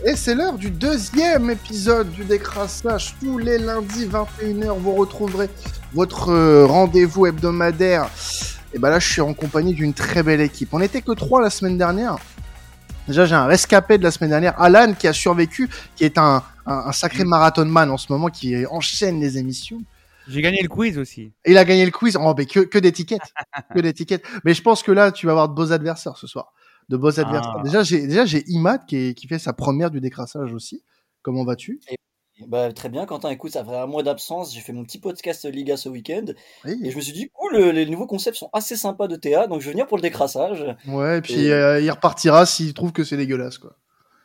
Et c'est l'heure du deuxième épisode du Décrassage. Tous les lundis 21h, vous retrouverez votre rendez-vous hebdomadaire. Et ben là, je suis en compagnie d'une très belle équipe. On n'était que 3 la semaine dernière. Déjà, j'ai un rescapé de la semaine dernière, Alan, qui a survécu, qui est un sacré marathonman en ce moment, qui enchaîne les émissions. J'ai gagné le quiz aussi. Et il a gagné le quiz. Oh, mais que d'étiquettes. Que d'étiquettes. Mais je pense que là, tu vas avoir de beaux adversaires ce soir. De beaux adversaires. Déjà, j'ai Imad qui fait sa première du décrassage aussi. Comment vas-tu? Très bien, Quentin. Écoute, ça fait un mois d'absence. J'ai fait mon petit podcast Liga ce week-end. Oui. Et je me suis dit, cool, les nouveaux concepts sont assez sympas de Théa. Donc je vais venir pour le décrassage. Ouais, et puis il repartira s'il trouve que c'est dégueulasse, quoi.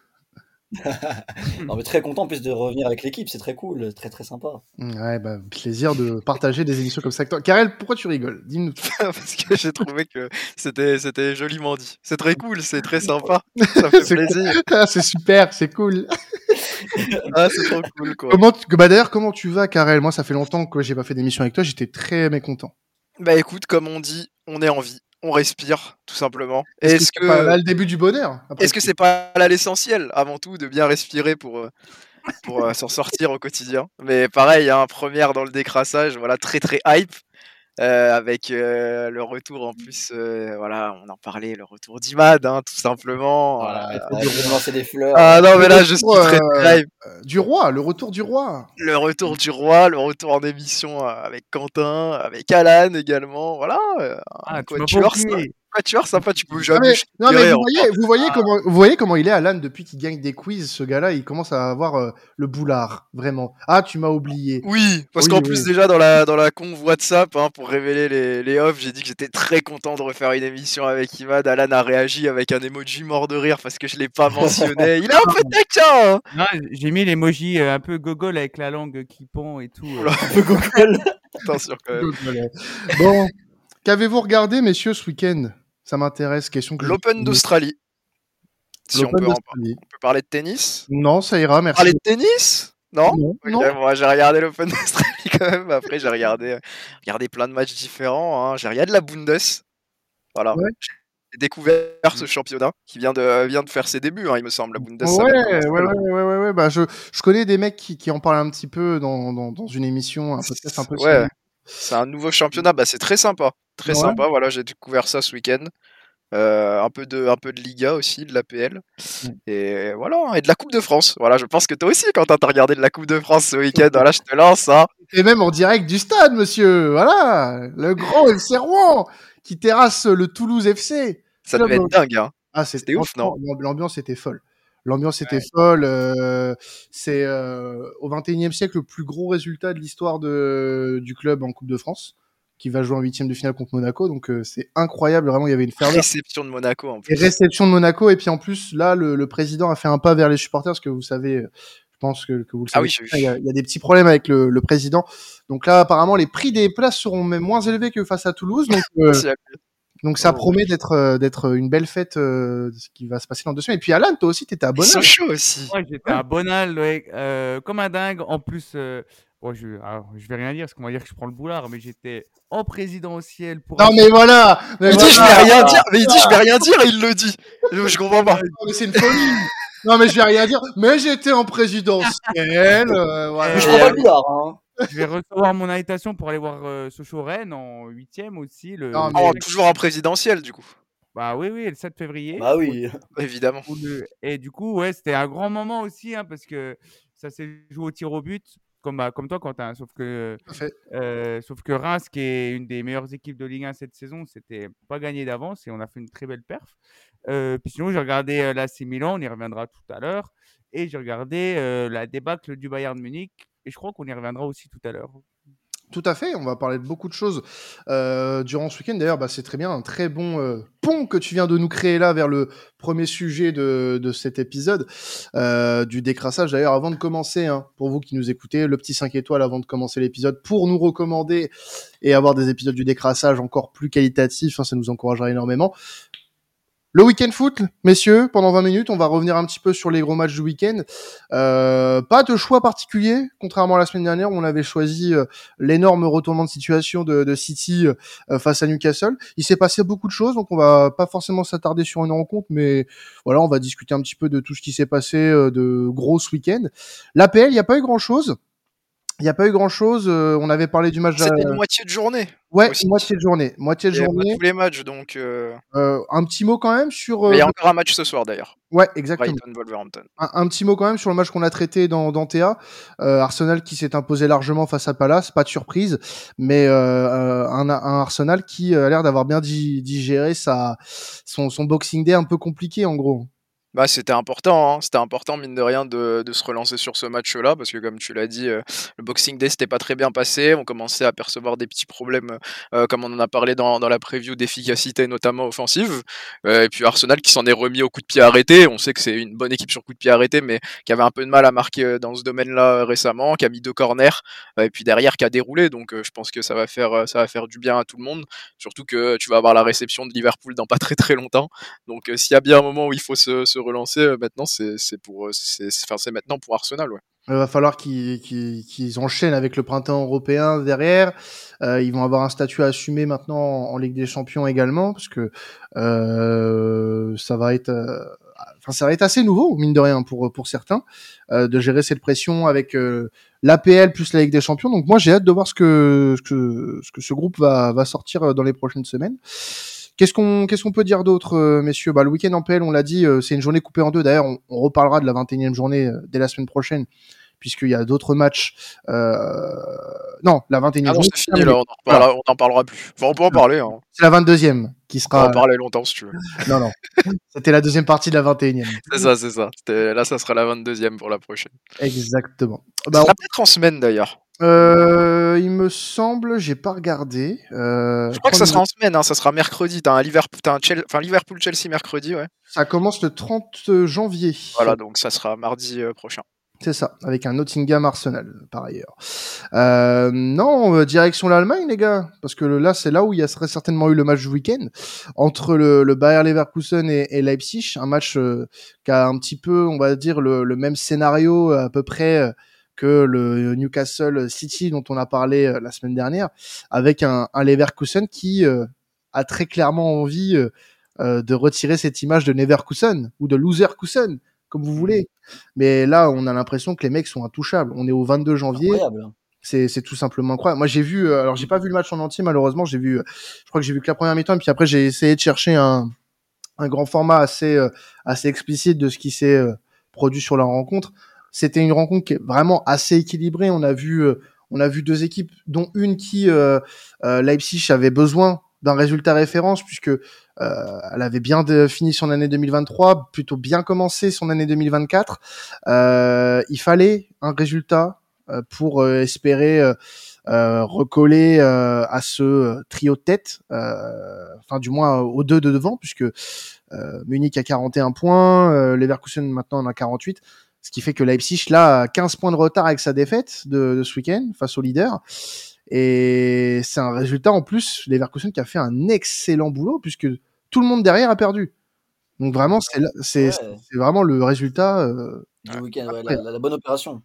Non, mais très content en plus de revenir avec l'équipe. C'est très cool, très très sympa. Ouais, bah, plaisir de partager des émissions comme ça avec toi. Karel, pourquoi tu rigoles? Dis-nous. Parce que j'ai trouvé que c'était joliment dit. C'est très cool, c'est très sympa. Ça fait plaisir. Ah, c'est super, c'est cool. Ah, c'est trop cool, quoi. D'ailleurs, comment tu vas, Karel? Moi, ça fait longtemps que j'ai pas fait d'émission avec toi. J'étais très mécontent. Bah écoute, comme on dit, on est en vie. On respire, tout simplement. Est-ce que c'est pas là le début du bonheur? Est-ce que c'est pas là l'essentiel, avant tout, de bien respirer pour s'en sortir au quotidien? Mais pareil, hein, première dans le décrassage, voilà, très très hype. Avec le retour en plus, voilà, on en parlait, le retour d'Imad, hein, tout simplement. Voilà, il faut lui lancer des fleurs. Ah non, mais là, je suis très très hype. Du roi, le retour du roi. Le retour du roi, le retour en émission avec Quentin, avec Alan également, voilà. Quatuor sympa, tu peux jamais. Non mais vous voyez comment il est, Alan, depuis qu'il gagne des quiz. Ce gars-là, il commence à avoir le boulard, vraiment. Ah, tu m'as oublié. Oui, parce qu'en plus déjà dans la conv WhatsApp, hein, pour révéler les offs, j'ai dit que j'étais très content de refaire une émission avec Imad. Alan a réagi avec un emoji mort de rire parce que je l'ai pas mentionné. Il est un peu taquin, hein. Non, j'ai mis l'emoji un peu gogol avec la langue qui pend et tout. Un peu gogol. Attention quand même. Bon, qu'avez-vous regardé, messieurs, ce week-end? Ça m'intéresse, question que l'Open d'Australie. Si on peut parler de tennis. Non, ça ira, merci. Parler de tennis? Non. Non. Moi, j'ai regardé l'Open d'Australie quand même. Après, j'ai regardé plein de matchs différents. Hein. J'ai regardé la Bundes. Voilà. Ouais. J'ai découvert ce championnat qui vient de faire ses débuts, hein, il me semble. La Bundes. Ouais. Bah, je connais des mecs qui en parlent un petit peu dans une émission, un podcast un peu. Ouais. C'est un nouveau championnat. Bah, c'est très sympa. Très sympa. Voilà, j'ai découvert ça ce week-end. Un peu de Liga aussi, de l'APL. Et voilà, et de la Coupe de France. Voilà, je pense que toi aussi, quand t'as regardé de la Coupe de France ce week-end, voilà, je te lance ça. Et même en direct du stade, monsieur. Voilà, le grand FC Rouen qui terrasse le Toulouse FC. Ça devait être dingue, hein. Ah, c'était ouf, non? L'ambiance était folle. L'ambiance était folle. C'est au XXIe siècle le plus gros résultat de l'histoire du club en Coupe de France, qui va jouer en 8e de finale contre Monaco. Donc c'est incroyable, vraiment, il y avait une ferveur. Réception de Monaco en plus. Et réception de Monaco, et puis en plus, là, le président a fait un pas vers les supporters, parce que vous savez, je pense que vous le savez. Ah oui, il y a des petits problèmes avec le président. Donc là, apparemment, les prix des places seront même moins élevés que face à Toulouse. Donc ça promet d'être une belle fête qui va se passer dans 2 semaines. Et puis Alan, toi aussi, t'étais à Bonal. Ils sont chauds aussi. Ouais, j'étais à Bonal, comme un dingue. En plus, bon, je vais rien dire, parce qu'on va dire que je prends le boulard, mais j'étais en présidentiel pour. Non, mais voilà. Il dit je vais rien dire, mais il dit je vais rien dire et il le dit. Je comprends pas. Non, mais c'est une folie. Non, mais je vais rien dire. Mais j'étais en présidentiel. Voilà. Je prends pas le boulard, hein. Je vais recevoir mon invitation pour aller voir Sochaux-Rennes en 8e aussi. Toujours en présidentiel, du coup. Bah oui, le 7 février. Bah oui. Évidemment. Et du coup, ouais, c'était un grand moment aussi, hein, parce que ça s'est joué au tir au but, comme toi, Quentin. Sauf que Reims, qui est une des meilleures équipes de Ligue 1 cette saison, c'était pas gagné d'avance et on a fait une très belle perf. Puis sinon, j'ai regardé l'AC Milan, on y reviendra tout à l'heure. Et j'ai regardé la débâcle du Bayern Munich. Et je crois qu'on y reviendra aussi tout à l'heure. Tout à fait, on va parler de beaucoup de choses durant ce week-end. D'ailleurs, c'est très bien, un très bon pont que tu viens de nous créer là vers le premier sujet de cet épisode du décrassage. D'ailleurs, avant de commencer, hein, pour vous qui nous écoutez, le petit 5 étoiles avant de commencer l'épisode, pour nous recommander et avoir des épisodes du décrassage encore plus qualitatifs, hein, ça nous encouragera énormément. Le week-end foot, messieurs, pendant 20 minutes, on va revenir un petit peu sur les gros matchs du week-end. Pas de choix particulier, contrairement à la semaine dernière où on avait choisi l'énorme retournement de situation de City face à Newcastle. Il s'est passé beaucoup de choses, donc on va pas forcément s'attarder sur une rencontre, mais voilà, on va discuter un petit peu de tout ce qui s'est passé de gros ce week-end. L'APL, il n'y a pas eu grand-chose. On avait parlé du match. C'était une moitié de journée. Ouais, aussi. moitié de journée. Il y a pas tous les matchs, donc. Un petit mot quand même sur. Mais il y a encore un match ce soir d'ailleurs. Ouais, exactement. Brighton-Wolverhampton. Un petit mot quand même sur le match qu'on a traité dans TA. Arsenal qui s'est imposé largement face à Palace, pas de surprise, mais un Arsenal qui a l'air d'avoir bien digéré son Boxing Day un peu compliqué en gros. Bah, c'était important, mine de rien de se relancer sur ce match-là, parce que comme tu l'as dit, le Boxing Day s'était pas très bien passé. On commençait à percevoir des petits problèmes, comme on en a parlé dans la preview, d'efficacité notamment offensive. Et puis Arsenal qui s'en est remis au coup de pied arrêté. On sait que c'est une bonne équipe sur coup de pied arrêté, mais qui avait un peu de mal à marquer dans ce domaine-là récemment, qui a mis 2 corners, et puis derrière qui a déroulé. Donc je pense que ça va faire du bien à tout le monde. Surtout que tu vas avoir la réception de Liverpool dans pas très très longtemps. Donc s'il y a bien un moment où il faut se relancer maintenant, c'est maintenant pour Arsenal. Ouais. Il va falloir qu'ils enchaînent avec le printemps européen derrière. Ils vont avoir un statut à assumer maintenant en Ligue des Champions également, parce que ça va être assez nouveau, mine de rien, pour certains, de gérer cette pression avec l'APL plus la Ligue des Champions. Donc moi, j'ai hâte de voir ce que ce groupe va sortir dans les prochaines semaines. Qu'est-ce qu'on peut dire d'autre, messieurs? Le week-end en PL, on l'a dit, c'est une journée coupée en deux. D'ailleurs, on reparlera de la 21e journée dès la semaine prochaine, puisqu'il y a d'autres matchs. Non, la 21e journée. C'est fini, là, on n'en parlera plus. Enfin, on peut en parler. Hein. C'est la 22e qui sera. On peut en parler longtemps si tu veux. Non. C'était la deuxième partie de la 21e. C'est ça. Là, ça sera la 22e pour la prochaine. Exactement. Ça sera peut-être en semaine d'ailleurs. Il me semble, j'ai pas regardé. Je crois que ça sera en semaine, hein, ça sera mercredi. T'as un Liverpool-Chelsea mercredi, ouais. Ça commence le 30 janvier. Voilà, donc ça sera mardi prochain. C'est ça, avec un Nottingham Arsenal, par ailleurs. Direction l'Allemagne, les gars, parce que là, c'est là où il y serait certainement eu le match du week-end, entre le Bayer Leverkusen et Leipzig, un match qui a un petit peu, on va dire, le même scénario à peu près que le Newcastle City dont on a parlé la semaine dernière, avec un Leverkusen qui a très clairement envie de retirer cette image de Neverkusen ou de Loserkusen, comme vous voulez. Mais là, on a l'impression que les mecs sont intouchables. On est au 22 janvier. Incroyable. C'est tout simplement incroyable. Moi, j'ai vu, alors j'ai pas vu le match en entier, malheureusement. Je crois que j'ai vu que la première mi-temps, et puis après, j'ai essayé de chercher un grand format assez explicite de ce qui s'est produit sur la rencontre. C'était une rencontre qui est vraiment assez équilibrée. On a vu deux équipes, dont une qui Leipzig avait besoin d'un résultat référence, puisque elle avait bien fini son année 2023, plutôt bien commencé son année 2024. Il fallait un résultat pour espérer recoller à ce trio de tête, enfin du moins aux deux de devant, puisque Munich a 41 points, Leverkusen maintenant en a 48, ce qui fait que Leipzig là a 15 points de retard avec sa défaite de ce week-end face au leader. Et c'est un résultat en plus, Leverkusen qui a fait un excellent boulot, puisque tout le monde derrière a perdu. Donc vraiment, c'est vraiment le résultat du week-end, la bonne opération.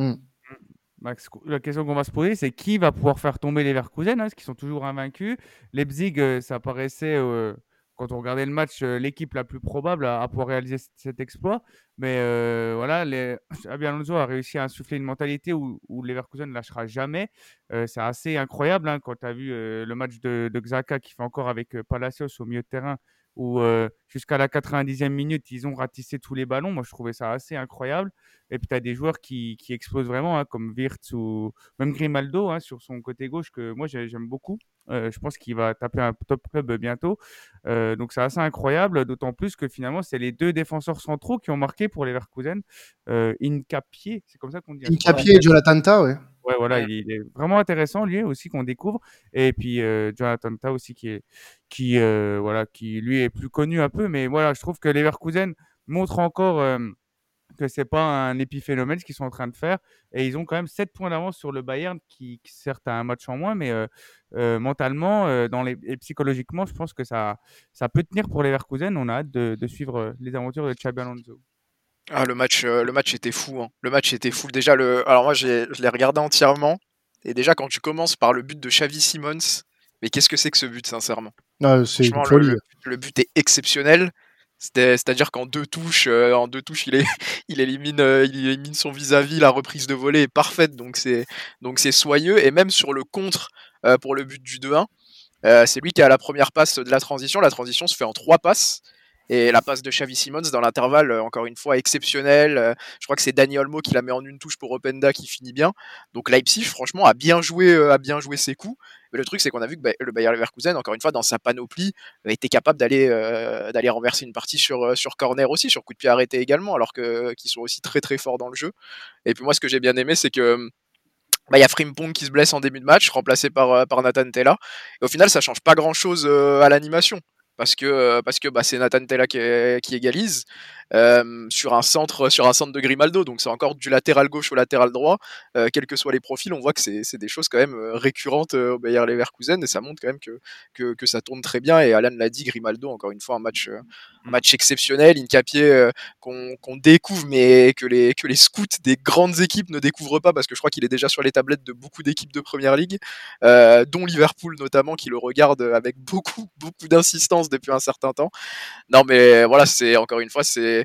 Max, la question qu'on va se poser, c'est qui va pouvoir faire tomber les Leverkusen, parce qu'ils sont toujours invaincus. Leipzig, ça paraissait, quand on regardait le match, l'équipe la plus probable à pouvoir réaliser cet exploit. Mais voilà, Xabi Alonso a réussi à insuffler une mentalité où Leverkusen ne lâchera jamais. C'est assez incroyable quand tu as vu le match de Xhaka qui fait encore avec Palacios au milieu de terrain, où jusqu'à la 90e minute, ils ont ratissé tous les ballons. Moi, je trouvais ça assez incroyable. Et puis, tu as des joueurs qui explosent vraiment, comme Wirtz ou même Grimaldo sur son côté gauche, que moi, j'aime beaucoup. Je pense qu'il va taper un top club bientôt. Donc, c'est assez incroyable, d'autant plus que finalement, c'est les deux défenseurs centraux qui ont marqué pour les Leverkusen. Incapié, c'est comme ça qu'on dit. Incapié et Jonathan Tah, ouais. Ouais, voilà, il est vraiment intéressant, lui aussi, qu'on découvre. Et puis, Jonathan Tah aussi, qui lui est plus connu un peu. Mais voilà, je trouve que Leverkusen montre encore que c'est pas un épiphénomène ce qu'ils sont en train de faire. Et ils ont quand même 7 points d'avance sur le Bayern, qui certes a un match en moins, mais mentalement et psychologiquement, je pense que ça peut tenir pour Leverkusen. On a hâte de suivre les aventures de Xabi Alonso. Ah, le match était fou, hein. Le match était fou. Déjà, alors moi, je l'ai regardé entièrement. Et déjà, quand tu commences par le but de Xavi Simons, mais qu'est-ce que c'est que ce but, sincèrement? C'est une Franchement, folie. le but est exceptionnel. C'est-à-dire qu'en deux touches, il élimine son vis-à-vis. La reprise de volée est parfaite, donc c'est soyeux. Et même sur le contre pour le but du 2-1, c'est lui qui a la première passe de la transition. La transition se fait en 3 passes. Et la passe de Xavi Simons dans l'intervalle, encore une fois, exceptionnelle. Je crois que c'est Dani Olmo qui la met en une touche pour Openda qui finit bien. Donc Leipzig, franchement, a bien joué ses coups. Mais le truc, c'est qu'on a vu que le Bayer Leverkusen, encore une fois, dans sa panoplie, était capable d'aller renverser une partie sur corner aussi, sur coup de pied arrêté également, alors qu'ils sont aussi très très forts dans le jeu. Et puis moi, ce que j'ai bien aimé, c'est que y a Frimpong qui se blesse en début de match, remplacé par Nathan Tella. Et au final, ça change pas grand-chose à l'animation. Parce que c'est Nathan Tella qui égalise sur un centre de Grimaldo. Donc c'est encore du latéral gauche au latéral droit. Quels que soient les profils, on voit que c'est des choses quand même récurrentes au Bayer Leverkusen. Et ça montre quand même que ça tourne très bien. Et Alan l'a dit, Grimaldo, encore une fois, un match exceptionnel. Hincapié qu'on découvre, mais que les scouts des grandes équipes ne découvrent pas, parce que je crois qu'il est déjà sur les tablettes de beaucoup d'équipes de Première Ligue, dont Liverpool notamment, qui le regarde avec beaucoup d'insistance depuis un certain temps. Non, mais voilà, c'est encore une fois,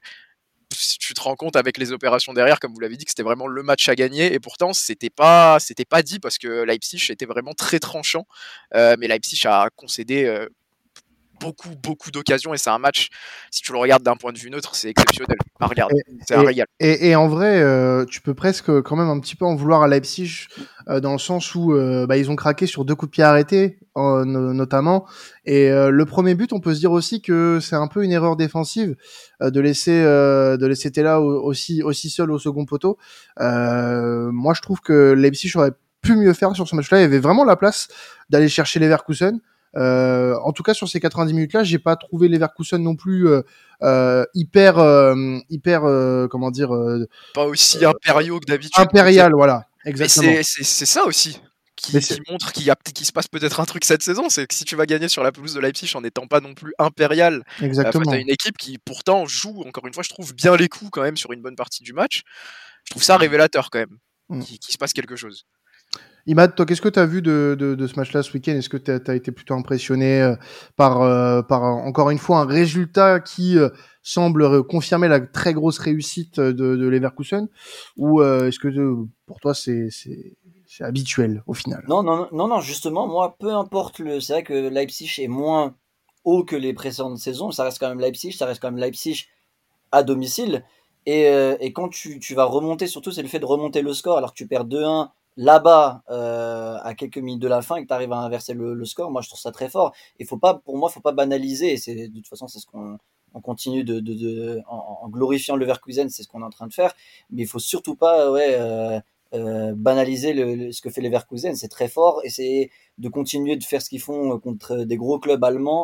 tu te rends compte avec les opérations derrière, comme vous l'avez dit, que c'était vraiment le match à gagner, et pourtant c'était pas dit, parce que Leipzig était vraiment très tranchant, mais Leipzig a concédé beaucoup d'occasions, et c'est un match, si tu le regardes d'un point de vue neutre, c'est exceptionnel à regarder. C'est un régal. Et en vrai, tu peux presque quand même un petit peu en vouloir à Leipzig, dans le sens où ils ont craqué sur 2 coups de pied arrêtés, notamment. Et le premier but, on peut se dire aussi que c'est un peu une erreur défensive, de laisser Tella aussi seul au second poteau. Moi, je trouve que Leipzig aurait pu mieux faire sur ce match-là. Il y avait vraiment la place d'aller chercher Leverkusen. En tout cas, sur ces 90 minutes-là, j'ai pas trouvé Leverkusen non plus hyper comment dire, pas aussi impériaux que d'habitude. Impérial, voilà, exactement. Mais c'est ça aussi qui montre qu'il se passe peut-être un truc cette saison. C'est que si tu vas gagner sur la pelouse de Leipzig en n'étant pas non plus impérial face à une équipe qui pourtant joue, encore une fois, je trouve bien les coups quand même sur une bonne partie du match, je trouve ça révélateur quand même, qu'il se passe quelque chose. Imad, toi, qu'est-ce que tu as vu de ce match-là ce week-end? Est-ce que tu as été plutôt impressionné par encore une fois un résultat qui semble confirmer la très grosse réussite de Leverkusen, ou est-ce que pour toi c'est habituel au final? Non, justement, moi, peu importe c'est vrai que Leipzig est moins haut que les précédentes saisons, ça reste quand même Leipzig à domicile. Et quand tu vas remonter, surtout, c'est le fait de remonter le score alors que tu perds 2-1 là-bas à quelques minutes de la fin et que tu arrives à inverser le score. Moi, je trouve ça très fort. Et pour moi, faut pas banaliser. Et de toute façon, c'est ce qu'on continue en glorifiant le Leverkusen, c'est ce qu'on est en train de faire. Mais il faut surtout pas banaliser ce que fait les Leverkusen. C'est très fort, et c'est de continuer de faire ce qu'ils font contre des gros clubs allemands.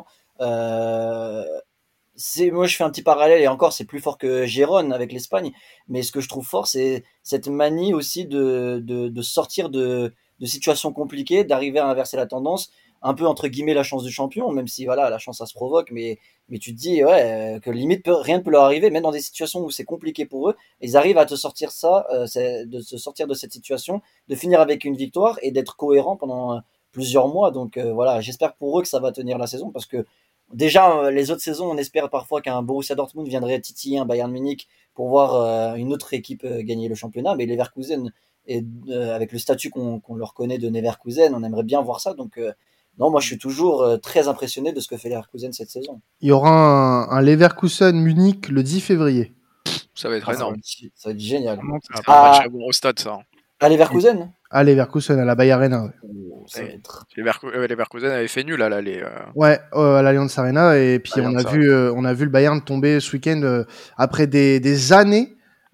Moi, je fais un petit parallèle, et encore, c'est plus fort que Gérone avec l'Espagne. Mais ce que je trouve fort, c'est cette manie aussi de sortir de situations compliquées, d'arriver à inverser la tendance. Un peu entre guillemets la chance du champion, même si voilà, la chance ça se provoque, mais tu te dis que limite rien ne peut leur arriver, même dans des situations où c'est compliqué pour eux, ils arrivent à te sortir de se sortir de cette situation, de finir avec une victoire et d'être cohérent pendant plusieurs mois. Donc voilà, j'espère pour eux que ça va tenir la saison, parce que déjà, les autres saisons, on espère parfois qu'un Borussia Dortmund viendrait titiller un Bayern Munich pour voir une autre équipe gagner le championnat. Mais Leverkusen, avec le statut qu'on leur connaît de Leverkusen, on aimerait bien voir ça. Donc, non, moi, je suis toujours très impressionné de ce que fait Leverkusen cette saison. Il y aura un Leverkusen Munich le 10 février. Ça va être énorme. Ça va être génial. C'est un match à gros stade, ça. À Leverkusen À Leverkusen, à la Bayer Arena. Ouais. Leverkusen avait fait nul là, Ouais, à l'Allianz Arena, et puis on a vu le Bayern tomber ce week-end après des années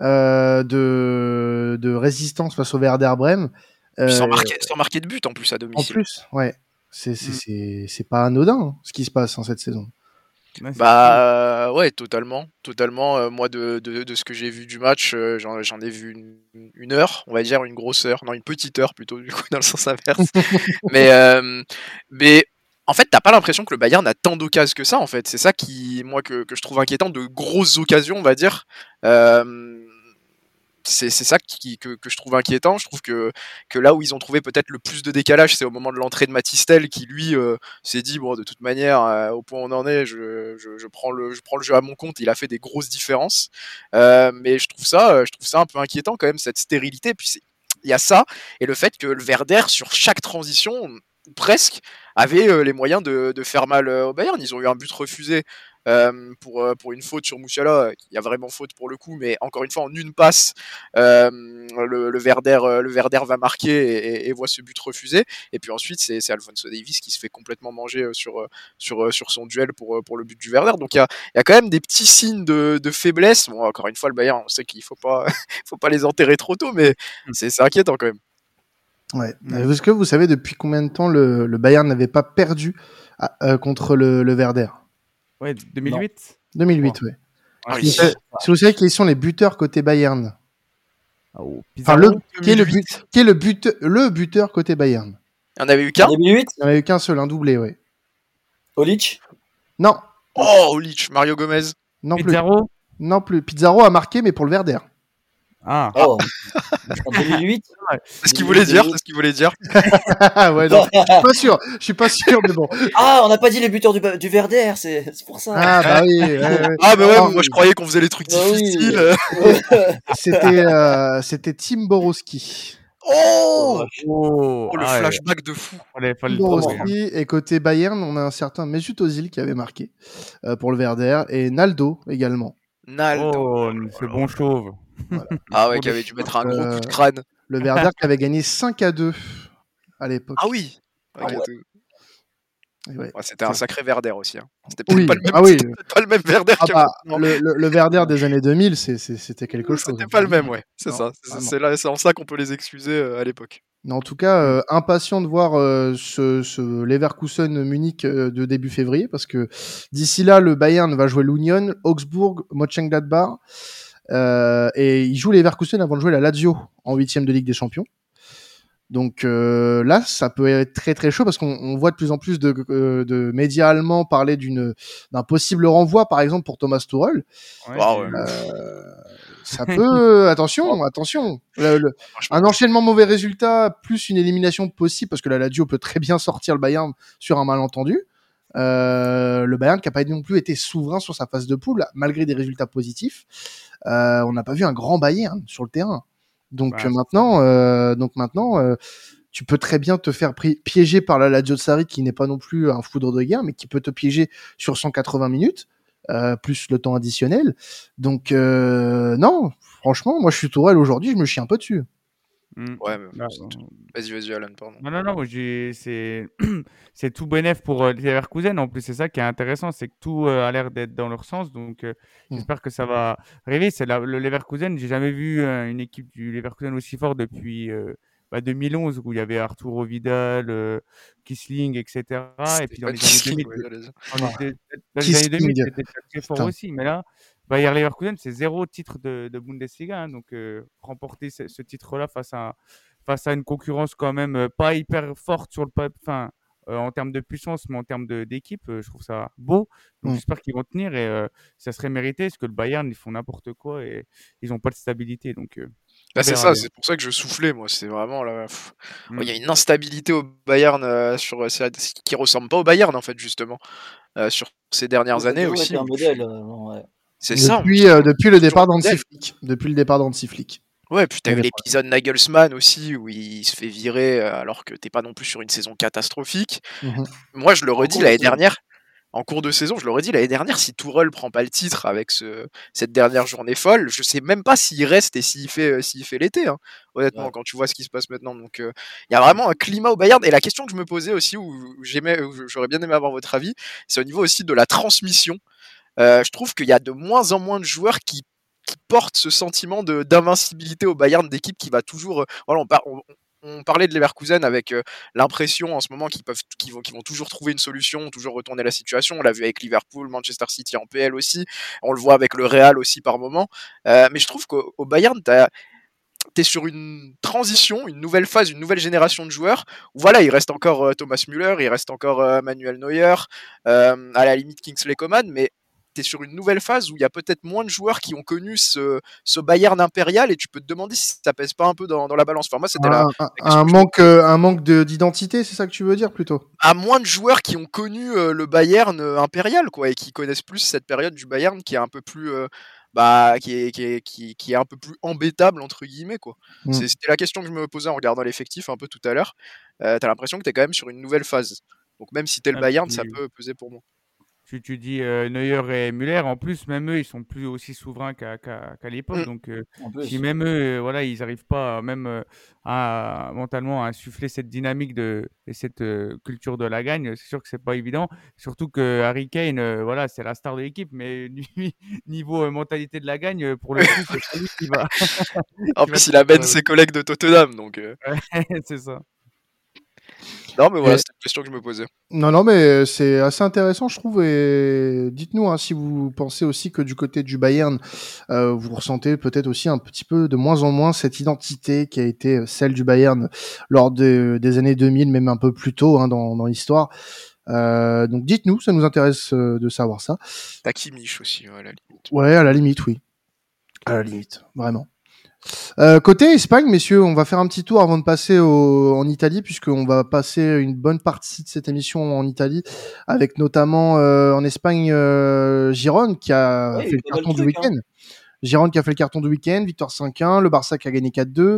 de résistance face au Werder Bremen. Sans marquer de but en plus à domicile. En plus, ouais. C'est pas anodin ce qui se passe en cette saison. Ouais, totalement. Moi, de ce que j'ai vu du match, j'en ai vu une heure, on va dire, une grosse heure. Non, une petite heure plutôt, du coup, dans le sens inverse. mais en fait, t'as pas l'impression que le Bayern a tant d'occasions que ça, en fait. C'est ça moi, que je trouve inquiétant, de grosses occasions, on va dire. C'est ça que je trouve inquiétant. Je trouve que là où ils ont trouvé peut-être le plus de décalage, c'est au moment de l'entrée de Matistel, qui lui s'est dit, bon, de toute manière, au point où on en est, je prends le jeu à mon compte. Il a fait des grosses différences, mais je trouve ça un peu inquiétant quand même, cette stérilité. Puis il y a ça, et le fait que le Werder, sur chaque transition, presque, avait les moyens de faire mal au Bayern. Ils ont eu un but refusé pour une faute sur Musiala. Il y a vraiment faute pour le coup, mais encore une fois, en une passe, le Werder va marquer et voit ce but refusé. Et puis ensuite, c'est Alphonso Davies qui se fait complètement manger sur son duel pour le but du Werder. Donc il y a quand même des petits signes de faiblesse. Bon, encore une fois, le Bayern, on sait qu'il faut pas faut pas les enterrer trop tôt, mais c'est inquiétant quand même. Ouais. Est-ce que vous savez depuis combien de temps le Bayern n'avait pas perdu contre le Werder? Ouais, 2008. 2008, ouais. Oui. Si vous savez qui sont les buteurs côté Bayern. Enfin, qui est le buteur côté Bayern? Il n'y en avait eu qu'un. 2008. Il n'y en avait eu qu'un seul, un doublé, ouais. Olic. Non. Oh, Olic, Mario Gomez. Non Pizarro. plus. Non plus. Pizarro a marqué, mais pour le Werder. Ah. Oh. En 2008. C'est ce qu'il voulait dire. Ouais, non. Je suis pas sûr, mais bon. Ah, on n'a pas dit les buteurs du Werder, c'est pour ça. Ah, bah oui. Ouais. Ah, bah ouais, moi je croyais qu'on faisait les trucs difficiles. C'était Tim Borowski. Oh, le Ah, flashback de fou. Tim Borowski, et côté Bayern, on a un certain Mesut Özil qui avait marqué pour le Werder, et Naldo également. Oh, ce bon chauve. Voilà. Ah ouais, qui avait dû mettre un gros coup de crâne. Le Werder qui avait gagné 5-2 à l'époque. Ah oui. Ouais. Ouais. Ouais, c'était un sacré Werder aussi. Hein. C'était Oui. pas le même. Ah oui. C'était pas le même Werder que maintenant. le Werder des années 2000, c'était quelque chose. C'était pas le même, ouais. C'est Non, ça. vraiment. C'est en ça qu'on peut les excuser à l'époque. Mais en tout cas, impatient de voir ce Leverkusen Munich de début février, parce que d'ici là, le Bayern va jouer l'Union, Augsbourg, Mönchengladbach, et il joue Leverkusen avant de jouer la Lazio en 8e de Ligue des Champions. Donc là, ça peut être très très chaud, parce qu'on voit de plus en plus de médias allemands parler d'un possible renvoi, par exemple pour Thomas Tuchel. Ouais, Ça peut, attention, un enchaînement mauvais résultat plus une élimination possible, parce que la Lazio peut très bien sortir le Bayern sur un malentendu. Le Bayern qui n'a pas non plus été souverain sur sa phase de poule, malgré des résultats positifs. On n'a pas vu un grand Bayern sur le terrain. Donc maintenant, tu peux très bien te faire piéger par la Lazio de Sarri, qui n'est pas non plus un foudre de guerre, mais qui peut te piéger sur 180 minutes. Plus le temps additionnel. Donc non, franchement, moi je suis Tourelle aujourd'hui, je me chie un peu dessus. Ouais, mais vas-y, Alan, pardon. Non, c'est tout bénef pour les Leverkusen. En plus, c'est ça qui est intéressant, c'est que tout a l'air d'être dans leur sens. Donc, j'espère que ça va arriver. Le Leverkusen. J'ai jamais vu une équipe du Leverkusen aussi fort depuis 2011, où il y avait Arturo Vidal, Kisling, etc. Et puis dans les années 2000, c'était très fort aussi. Mais là, Bayer Leverkusen, c'est 0 titre de Bundesliga. Hein, donc, remporter ce titre-là face à une concurrence quand même pas hyper forte sur le en termes de puissance, mais en termes d'équipe, je trouve ça beau. Donc j'espère qu'ils vont tenir, et ça serait mérité, parce que le Bayern, ils font n'importe quoi et ils n'ont pas de stabilité. Donc c'est ça, c'est pour ça que je soufflais, moi. C'est vraiment là. Il y a une instabilité au Bayern qui ressemble pas au Bayern, en fait, justement, sur ces dernières années aussi. Un modèle, c'est ça. Depuis le départ d'Hansi Flick. Ouais, puis t'as eu l'épisode Nagelsmann aussi, où il se fait virer alors que t'es pas non plus sur une saison catastrophique. Moi, je le redis l'année dernière, en cours de saison, si Tourelle prend pas le titre avec cette dernière journée folle, je sais même pas s'il reste et s'il fait l'été, hein, honnêtement, quand tu vois ce qui se passe maintenant. Donc, il y a vraiment un climat au Bayern. Et la question que je me posais aussi, où j'aurais bien aimé avoir votre avis, c'est au niveau aussi de la transmission. Je trouve qu'il y a de moins en moins de joueurs qui portent ce sentiment d'invincibilité au Bayern, d'équipe qui va toujours. on parlait de Leverkusen avec l'impression en ce moment qu'ils vont toujours trouver une solution, toujours retourner la situation. On l'a vu avec Liverpool, Manchester City en PL aussi. On le voit avec le Real aussi par moment. Mais je trouve qu'au Bayern, t'es sur une transition, une nouvelle phase, une nouvelle génération de joueurs. Où voilà, il reste encore Thomas Müller, il reste encore Manuel Neuer, à la limite Kingsley Coman, mais t'es sur une nouvelle phase où il y a peut-être moins de joueurs qui ont connu ce Bayern impérial, et tu peux te demander si ça pèse pas un peu dans la balance. Enfin, moi, c'était la question un manque d'identité, c'est ça que tu veux dire plutôt? À moins de joueurs qui ont connu le Bayern impérial, quoi, et qui connaissent plus cette période du Bayern qui est un peu plus qui est un peu plus embêtable entre guillemets, quoi. C'était la question que je me posais en regardant l'effectif un peu tout à l'heure. T'as l'impression que t'es quand même sur une nouvelle phase. Donc même si t'es le Bayern, ça peut peser pour moi. Tu dis Neuer et Müller, en plus, même eux, ils sont plus aussi souverains qu'à l'époque. Donc, si même eux, voilà, ils n'arrivent pas même mentalement à insuffler cette dynamique et cette culture de la gagne, c'est sûr que c'est pas évident. Surtout que Harry Kane, voilà, c'est la star de l'équipe, mais lui, niveau mentalité de la gagne, pour le coup, c'est pas lui qui va. En plus, il amène ses collègues de Tottenham, donc. Ouais, c'est ça. Non, mais voilà, c'était une question que je me posais. Non, mais c'est assez intéressant, je trouve. Et dites-nous si vous pensez aussi que du côté du Bayern, vous ressentez peut-être aussi un petit peu de moins en moins cette identité qui a été celle du Bayern lors des années 2000, même un peu plus tôt dans l'histoire. Donc dites-nous, ça nous intéresse de savoir ça. T'as Kimmich aussi, à la limite. Ouais, à la limite, oui. À la limite, vraiment. Côté Espagne, messieurs, on va faire un petit tour avant de passer en Italie, puisqu'on va passer une bonne partie de cette émission en Italie, avec notamment en Espagne Girone qui a fait le carton du week-end. Girone qui a fait le carton du week-end, victoire 5-1, le Barça qui a gagné 4-2.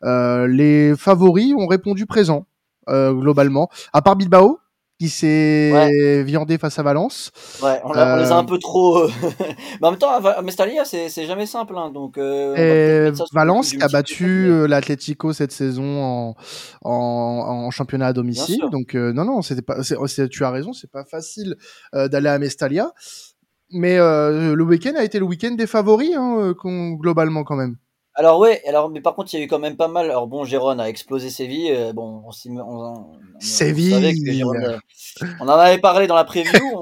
Les favoris ont répondu présent, globalement, à part Bilbao, qui s'est viandé face à Valence. Ouais, on les a un peu trop. Mais en même temps, Mestalla, c'est jamais simple. Hein, donc, Valence qui a battu l'Atlético cette saison en championnat à domicile. Donc, non, c'était pas. Tu as raison, c'est pas facile d'aller à Mestalla. Mais le week-end a été le week-end des favoris, globalement, quand même. Alors mais par contre il y a eu quand même pas mal. Alors bon, Gérone a explosé Séville. Bon, on savait que Gérone, on en avait parlé dans la preview.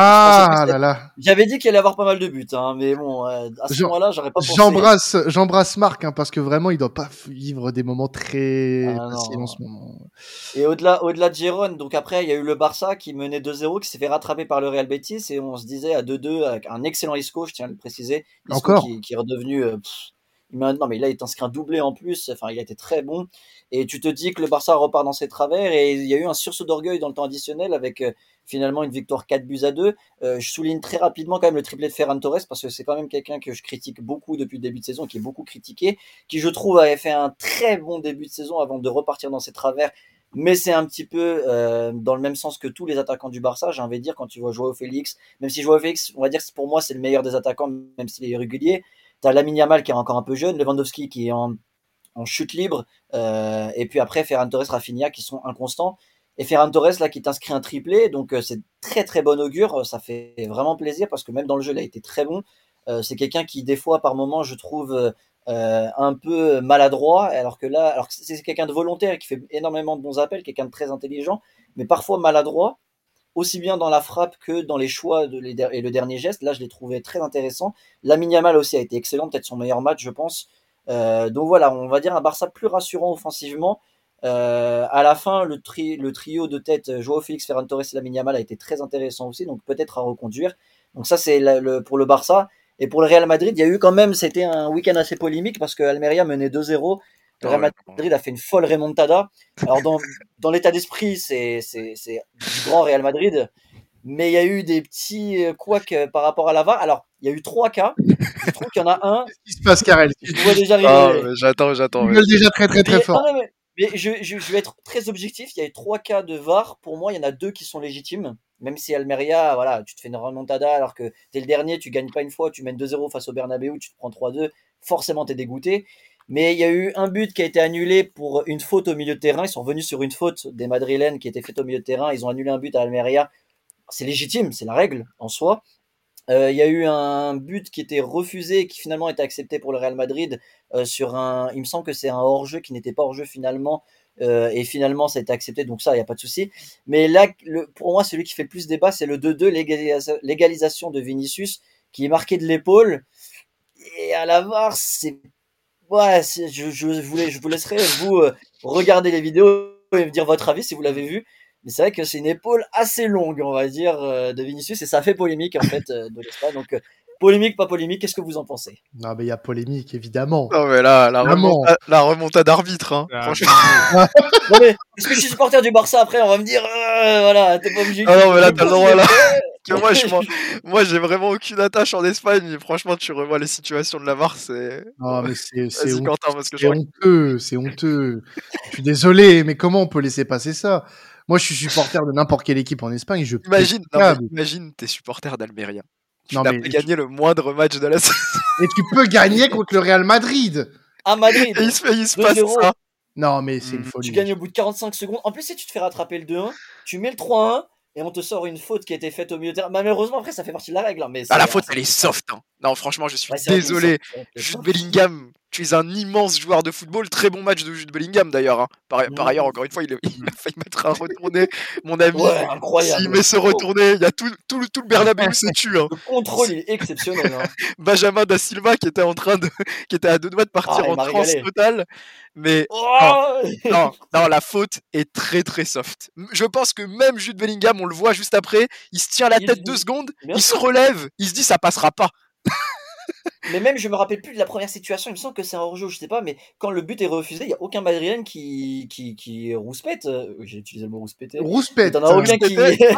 Là là. J'avais dit qu'il allait avoir pas mal de buts, hein, mais bon, à ce moment-là, j'aurais pas pensé. J'embrasse Marc, parce que vraiment, il doit pas vivre des moments très faciles en ce moment. Et au-delà de Gérone, donc après il y a eu le Barça qui menait 2-0, qui s'est fait rattraper par le Real Betis, et on se disait à 2-2 avec un excellent Isco, je tiens à le préciser. Isco encore qui est redevenu. Non, mais là, il t'inscrit un doublé en plus. Enfin, il a été très bon. Et tu te dis que le Barça repart dans ses travers. Et il y a eu un sursaut d'orgueil dans le temps additionnel avec finalement une victoire 4-2. Je souligne très rapidement quand même le triplé de Ferran Torres parce que c'est quand même quelqu'un que je critique beaucoup depuis le début de saison, qui est beaucoup critiqué, qui je trouve avait fait un très bon début de saison avant de repartir dans ses travers. Mais c'est un petit peu dans le même sens que tous les attaquants du Barça, j'ai envie de dire, quand tu vois Joao Félix. Même si Joao Félix, on va dire que pour moi, c'est le meilleur des attaquants, même s'il est régulier. T'as Lamine Yamal qui est encore un peu jeune, Lewandowski qui est en chute libre, et puis après Ferran Torres, Rafinha qui sont inconstants. Et Ferran Torres là qui t'inscrit un triplé, donc c'est très très bon augure, ça fait vraiment plaisir parce que même dans le jeu il a été très bon. C'est quelqu'un qui des fois par moment je trouve un peu maladroit, alors que c'est quelqu'un de volontaire qui fait énormément de bons appels, quelqu'un de très intelligent, mais parfois maladroit, aussi bien dans la frappe que dans les choix et le dernier geste. Là, je l'ai trouvé très intéressant. Lamine Yamal aussi a été excellent, peut-être son meilleur match, je pense. Donc voilà, on va dire un Barça plus rassurant offensivement. À la fin, le trio de tête, Joao Félix, Ferran Torres et Lamine Yamal a été très intéressant aussi, donc peut-être à reconduire. Donc ça, c'est pour le Barça. Et pour le Real Madrid, il y a eu quand même, c'était un week-end assez polémique parce que Almeria menait 2-0. Le Real Madrid a fait une folle remontada. Alors dans l'état d'esprit, c'est du grand Real Madrid, mais il y a eu des petits couacs par rapport à la VAR. Alors il y a eu 3 cas. Je trouve qu'il y en a un. Qu'est-ce qui se passe, Karel? Je vois déjà arriver. J'attends. Je gueule déjà très très très fort. Mais je vais être très objectif. Il y a eu 3 cas de VAR. Pour moi, il y en a 2 qui sont légitimes. Même si Almeria, voilà, tu te fais une remontada alors que t'es le dernier, tu gagnes pas une fois, tu mènes 2-0 face au Bernabeu, tu te prends 3-2. Forcément, t'es dégoûté. Mais il y a eu un but qui a été annulé pour une faute au milieu de terrain. Ils sont revenus sur une faute des Madrilènes qui était faite au milieu de terrain. Ils ont annulé un but à Almeria. C'est légitime, c'est la règle en soi. Il y a eu un but qui était refusé, qui finalement était accepté pour le Real Madrid il me semble que c'est un hors-jeu qui n'était pas hors-jeu finalement, et finalement ça a été accepté, donc ça, il n'y a pas de souci. Mais là, pour moi, celui qui fait le plus débat, c'est le 2-2, l'égalisation de Vinicius, qui est marqué de l'épaule. Et à la VAR, c'est... Ouais, je vous laisserai, vous, regarder les vidéos et me dire votre avis si vous l'avez vu. Mais c'est vrai que c'est une épaule assez longue, on va dire, de Vinicius, et ça fait polémique, en fait, de l'Espagne. Donc, polémique, pas polémique, qu'est-ce que vous en pensez? Non, mais il y a polémique, évidemment. Non, mais là, la remontada d'arbitre, hein. Franchement. Non, mais est-ce que je suis supporter du Barça après? On va me dire, voilà, t'es pas obligé. Ah non, mais là, t'as le droit, là. Moi, j'ai vraiment aucune attache en Espagne. Franchement, tu revois les situations de la VAR, c'est. Non, mais c'est Quentin, parce que honteux, c'est honteux. Je suis désolé, mais comment on peut laisser passer ça? Moi, je suis supporter de n'importe quelle équipe en Espagne. Imagine, t'es supporter d'Almeria. Tu n'as pas gagné le moindre match de la saison. Et tu peux gagner contre le Real Madrid. À Madrid. Et il se passe ça. Non, mais c'est une folie. Tu gagnes au bout de 45 secondes. En plus, si tu te fais rattraper le 2-1, tu mets le 3-1 et on te sort une faute qui a été faite au milieu de terrain. Malheureusement, après, ça fait partie de la règle. Hein, mais la faute, elle est soft. Hein. Non, franchement, je suis désolé. Jude Bellingham, tu es un immense joueur de football. Très bon match de Jude Bellingham, d'ailleurs. Hein. Par ailleurs, encore une fois, il a failli mettre un retourné. Mon ami, s'il met ce retourné, il y a tout le Bernabéu s'est tué. Hein. Le contrôle, il est exceptionnel. Hein. Benjamin Da Silva qui était à 2 doigts de partir en transe totale. Mais non, la faute est très très soft. Je pense que même Jude Bellingham, on le voit juste après, il se tient la tête 2 secondes, il se relève, il se dit ça passera pas. Mais même, je me rappelle plus de la première situation, il me semble que c'est un hors-jeu, je sais pas, mais quand le but est refusé, il y a aucun Madrilène qui rouspète. J'ai utilisé le mot rouspéter. Rouspète. T'en as aucun qui.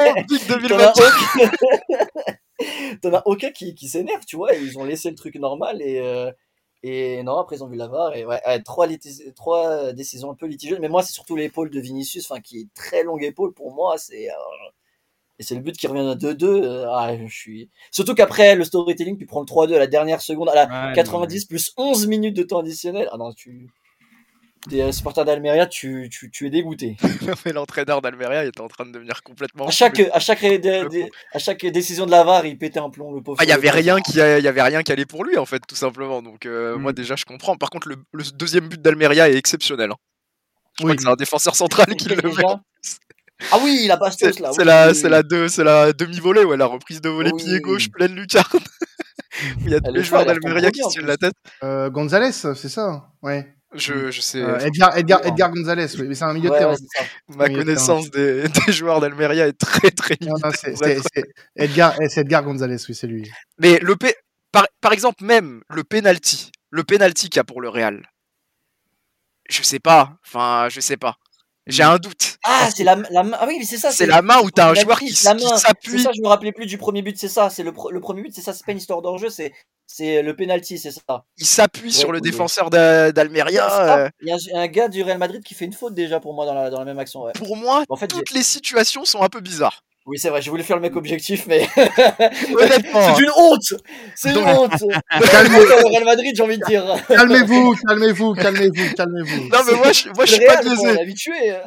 T'en as aucun qui s'énerve, tu vois, et ils ont laissé le truc normal et non, après ils ont vu la VAR et trois décisions un peu litigieuses, mais moi c'est surtout l'épaule de Vinicius, qui est très longue épaule pour moi, et c'est le but qui revient à 2-2. Surtout qu'après le storytelling, tu prends le 3-2 à la dernière seconde, à la 90 plus 11 minutes de temps additionnel. Ah non, t'es supporter d'Almeria, tu es dégoûté. Mais l'entraîneur d'Almeria était en train de devenir complètement. À chaque décision de la VAR, il pétait un plomb, le pauvre. Il y avait rien qui allait pour lui en fait, tout simplement. Donc moi déjà je comprends. Par contre le deuxième but d'Almeria est exceptionnel. Hein. Je crois que c'est un défenseur central qui le met. Ah oui, la Bastos là. C'est la demi-volée, la reprise de volée pied gauche pleine lucarne. Il y a tous les joueurs d'Almeria qui se tiennent la tête. Gonzalez, c'est ça, ouais. Je sais. Edgar Gonzalez, oui, mais c'est un milieu de terrain. Ma connaissance des joueurs d'Almeria est très très limitée. C'est Edgar Gonzalez, oui, c'est lui. Mais par exemple, même le penalty qu'il y a pour le Real, je sais pas. J'ai un doute. Ah, c'est la main. Ah oui, mais c'est ça. C'est la main où t'as un joueur qui s'appuie. C'est ça, je me rappelais plus du premier but, c'est ça. C'est le premier but, c'est ça. C'est pas une histoire d'enjeu, c'est le penalty, c'est ça. Il s'appuie sur le défenseur d'Almeria. Il y a un gars du Real Madrid qui fait une faute déjà pour moi dans la même action. Ouais. Pour moi, en fait, toutes les situations sont un peu bizarres. Oui, c'est vrai, je voulais faire le mec objectif, mais. Honnêtement. C'est une honte! C'est une honte! Le Real Madrid, j'ai envie de dire. Calmez-vous. Non, mais moi, je suis pas biaisé. On est habitué.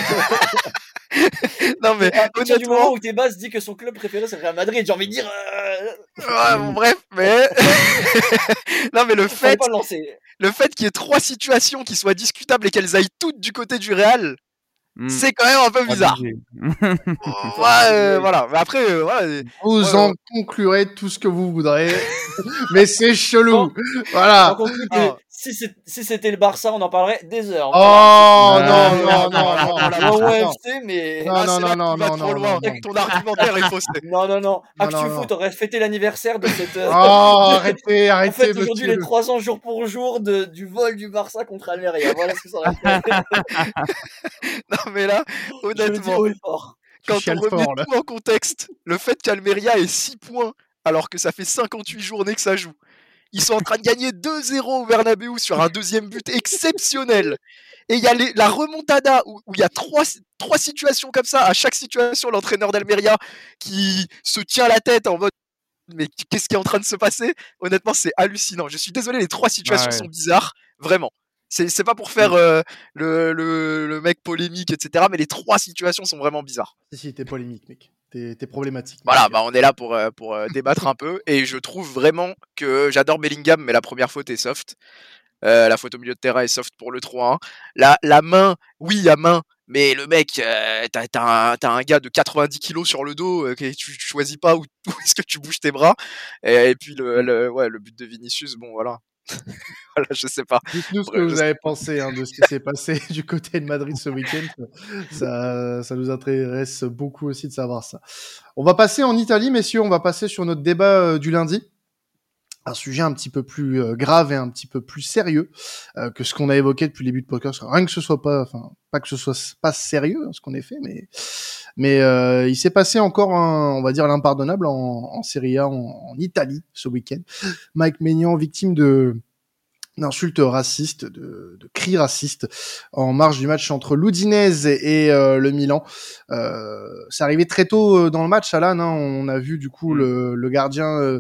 Non, mais. À partir du moment où Tebas dit que son club préféré, c'est le Real Madrid, j'ai envie de dire. Ouais, bon, bref, mais. Non, mais le fait qu'il y ait 3 situations qui soient discutables et qu'elles aillent toutes du côté du Real. C'est quand même un peu bizarre. Voilà. Mais après, vous en conclurez tout ce que vous voudrez, mais c'est chelou. Voilà. On conclut que si c'était le Barça, on en parlerait des heures. Oh non. Mais non. Trop loin. Ton argumentaire est faussé. Non. ActuFoot aurait fêté l'anniversaire de cette. Arrêtez. En fait, aujourd'hui, les 3 ans jour pour jour du vol du Barça contre Almeria. Voilà ce que ça aurait fait. Non, mais là, honnêtement, quand on remet tout en contexte, le fait qu'Almeria ait 6 points alors que ça fait 58 journées que ça joue, ils sont en train de gagner 2-0 au Bernabéu sur un deuxième but exceptionnel. Et il y a la remontada où il y a 3 situations comme ça. À chaque situation, l'entraîneur d'Almeria qui se tient la tête en mode mais qu'est-ce qui est en train de se passer? Honnêtement, c'est hallucinant. Je suis désolé, les 3 situations sont bizarres, vraiment. C'est pas pour faire le mec polémique, etc. Mais les 3 situations sont vraiment bizarres. Si, t'es polémique, mec. T'es problématique. Voilà, on est là pour débattre un peu. Et je trouve vraiment que j'adore Bellingham, mais la première faute est soft. La faute au milieu de terrain est soft pour le 3-1. La main, oui, il y a main, mais le mec, t'as un gars de 90 kilos sur le dos, que tu choisis pas où est-ce que tu bouges tes bras. Et puis le but de Vinicius, bon voilà. Voilà, je sais pas. Dites-nous ce que Bref, vous avez pensé de ce qui s'est passé du côté de Madrid ce week-end. Ça nous intéresse beaucoup aussi de savoir ça. On va passer en Italie, messieurs. On va passer sur notre débat du lundi. Un sujet un petit peu plus grave et un petit peu plus sérieux que ce qu'on a évoqué depuis le début de podcast. Rien que ce soit pas que ce soit pas sérieux ce qu'on a fait, mais il s'est passé encore on va dire l'impardonnable en Serie A en Italie ce week-end. Mike Maignan, victime d'insultes racistes, de cris racistes en marge du match entre l'Udinese et le Milan. C'est arrivé très tôt dans le match, Alan. On a vu du coup le gardien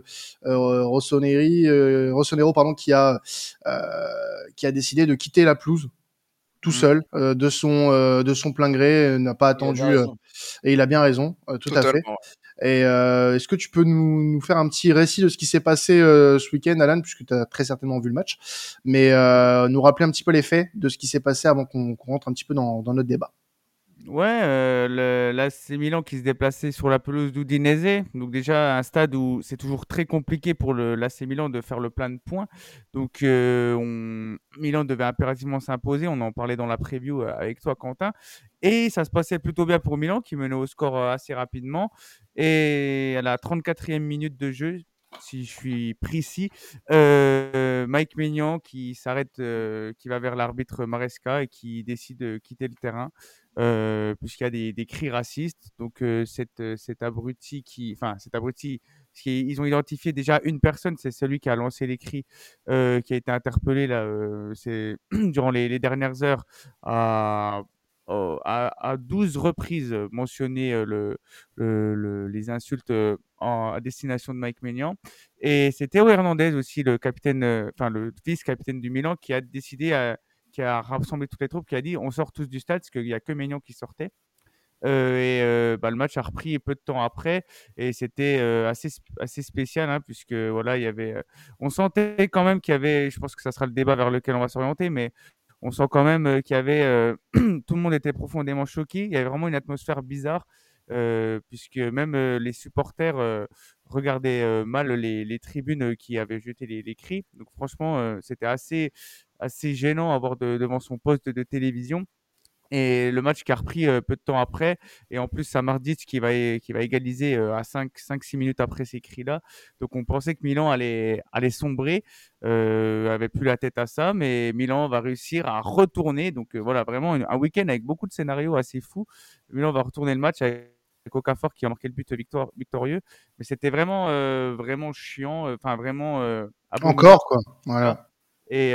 Rossonero, qui a décidé de quitter la pelouse tout seul, de son plein gré, n'a pas attendu, et il a bien raison, tout à fait. Et est-ce que tu peux nous faire un petit récit de ce qui s'est passé ce week-end, Alan, puisque tu as très certainement vu le match, mais nous rappeler un petit peu les faits de ce qui s'est passé avant qu'on rentre un petit peu dans notre débat. Ouais, l'AC Milan qui se déplaçait sur la pelouse d'Udinese. Donc déjà, un stade où c'est toujours très compliqué pour l'AC Milan de faire le plein de points. Donc Milan devait impérativement s'imposer. On en parlait dans la preview avec toi, Quentin. Et ça se passait plutôt bien pour Milan qui menait au score assez rapidement. Et à la 34e minute de jeu, si je suis précis, Mike Maignan qui s'arrête, qui va vers l'arbitre Maresca et qui décide de quitter le terrain. Puisqu'il y a des cris racistes. Donc cet abruti ils ont identifié déjà une personne, c'est celui qui a lancé les cris, qui a été interpellé là, c'est durant les dernières heures à 12 reprises mentionné les insultes à destination de Mike Maignan. Et c'est Théo Hernandez aussi, le capitaine, le vice-capitaine du Milan, qui a décidé qui a rassemblé toutes les troupes, qui a dit on sort tous du stade, parce qu'il n'y a que Maignan qui sortait. Le match a repris peu de temps après et c'était assez spécial, hein, puisque voilà, il y avait, on sentait quand même qu'il y avait, je pense que ça sera le débat vers lequel on va s'orienter, mais on sent quand même qu'il y avait, tout le monde était profondément choqué. Il y avait vraiment une atmosphère bizarre, puisque même les supporters regardaient mal les tribunes qui avaient jeté les cris. Donc franchement, c'était assez gênant à voir devant son poste de télévision. Et le match qui a repris peu de temps après, et en plus Samarditch qui va égaliser à 5-6 minutes après ces cris-là. Donc on pensait que Milan allait sombrer, avait plus la tête à ça, mais Milan va réussir à retourner. Donc voilà, vraiment un week-end avec beaucoup de scénarios assez fous. Milan va retourner le match avec Okafor qui a marqué le but victorieux, mais c'était vraiment chiant, vraiment abominable. Encore quoi, voilà. Et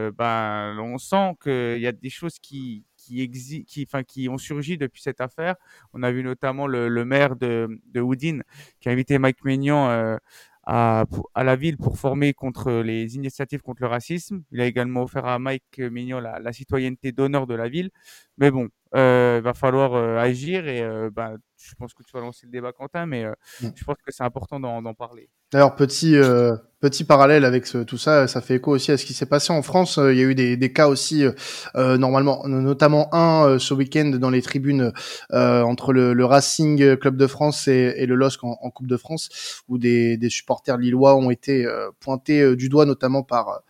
on sent qu'il y a des choses qui ont surgi depuis cette affaire. On a vu notamment le maire de Udine qui a invité Mike Maignan à la ville pour former contre les initiatives contre le racisme. Il a également offert à Mike Maignan la citoyenneté d'honneur de la ville. Mais bon, il va falloir agir et je pense que tu vas lancer le débat, Quentin, mais je pense que c'est important d'en parler. D'ailleurs, petit parallèle avec tout ça, ça fait écho aussi à ce qui s'est passé en France. Il y a eu des cas aussi, notamment un ce week-end dans les tribunes entre le Racing Club de France et le LOSC en Coupe de France, où des supporters lillois ont été pointés du doigt, notamment par